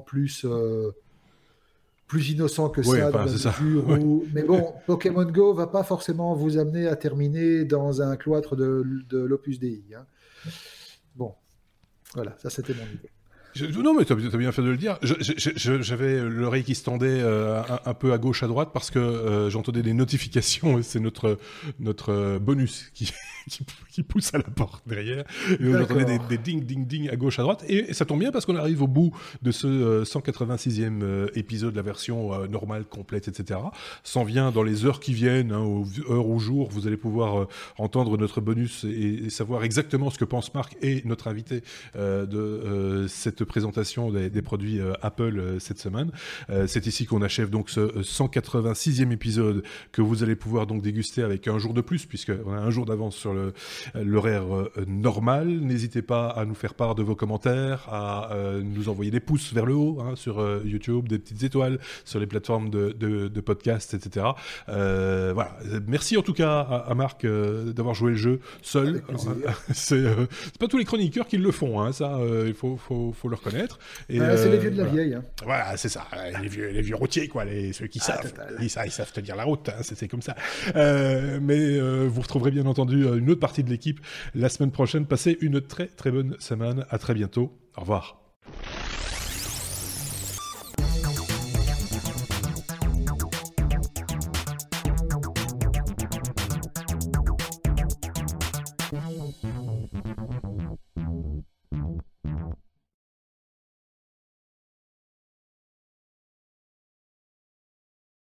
plus innocent que Oui, ça, dans enfin, la c'est ça. mesure Oui. où... Mais bon, Pokémon Go va pas forcément vous amener à terminer dans un cloître de l'Opus Dei, hein. Bon, voilà, ça c'était mon idée. Non, mais t'as bien fait de le dire. J'avais l'oreille qui se tendait un peu à gauche, à droite, parce que j'entendais des notifications. Et c'est notre bonus qui pousse à la porte derrière. Et j'entendais D'accord. des ding, ding, ding à gauche, à droite. Et ça tombe bien parce qu'on arrive au bout de ce 186e épisode, la version normale, complète, etc. S'en vient dans les heures qui viennent, hein, aux heures ou jours, vous allez pouvoir entendre notre bonus et savoir exactement ce que pense Marc et notre invité de cette présentation des produits Apple cette semaine. C'est ici qu'on achève donc ce 186e épisode que vous allez pouvoir donc déguster avec un jour de plus, puisqu'on a un jour d'avance sur l'horaire normal. N'hésitez pas à nous faire part de vos commentaires, à nous envoyer des pouces vers le haut hein, sur YouTube, des petites étoiles sur les plateformes de podcast, etc. Voilà. Merci en tout cas à Marc d'avoir joué le jeu seul. Avec plaisir. C'est pas tous les chroniqueurs qui le font, hein, ça, il faut le reconnaître. Et C'est les vieux de la voilà. vieille, hein. Voilà, c'est ça, les vieux routiers, quoi, ceux qui savent. Total. Ils savent tenir la route, hein, c'est comme ça. Vous retrouverez bien entendu une autre partie de l'équipe la semaine prochaine. Passez une très très bonne semaine. À très bientôt. Au revoir.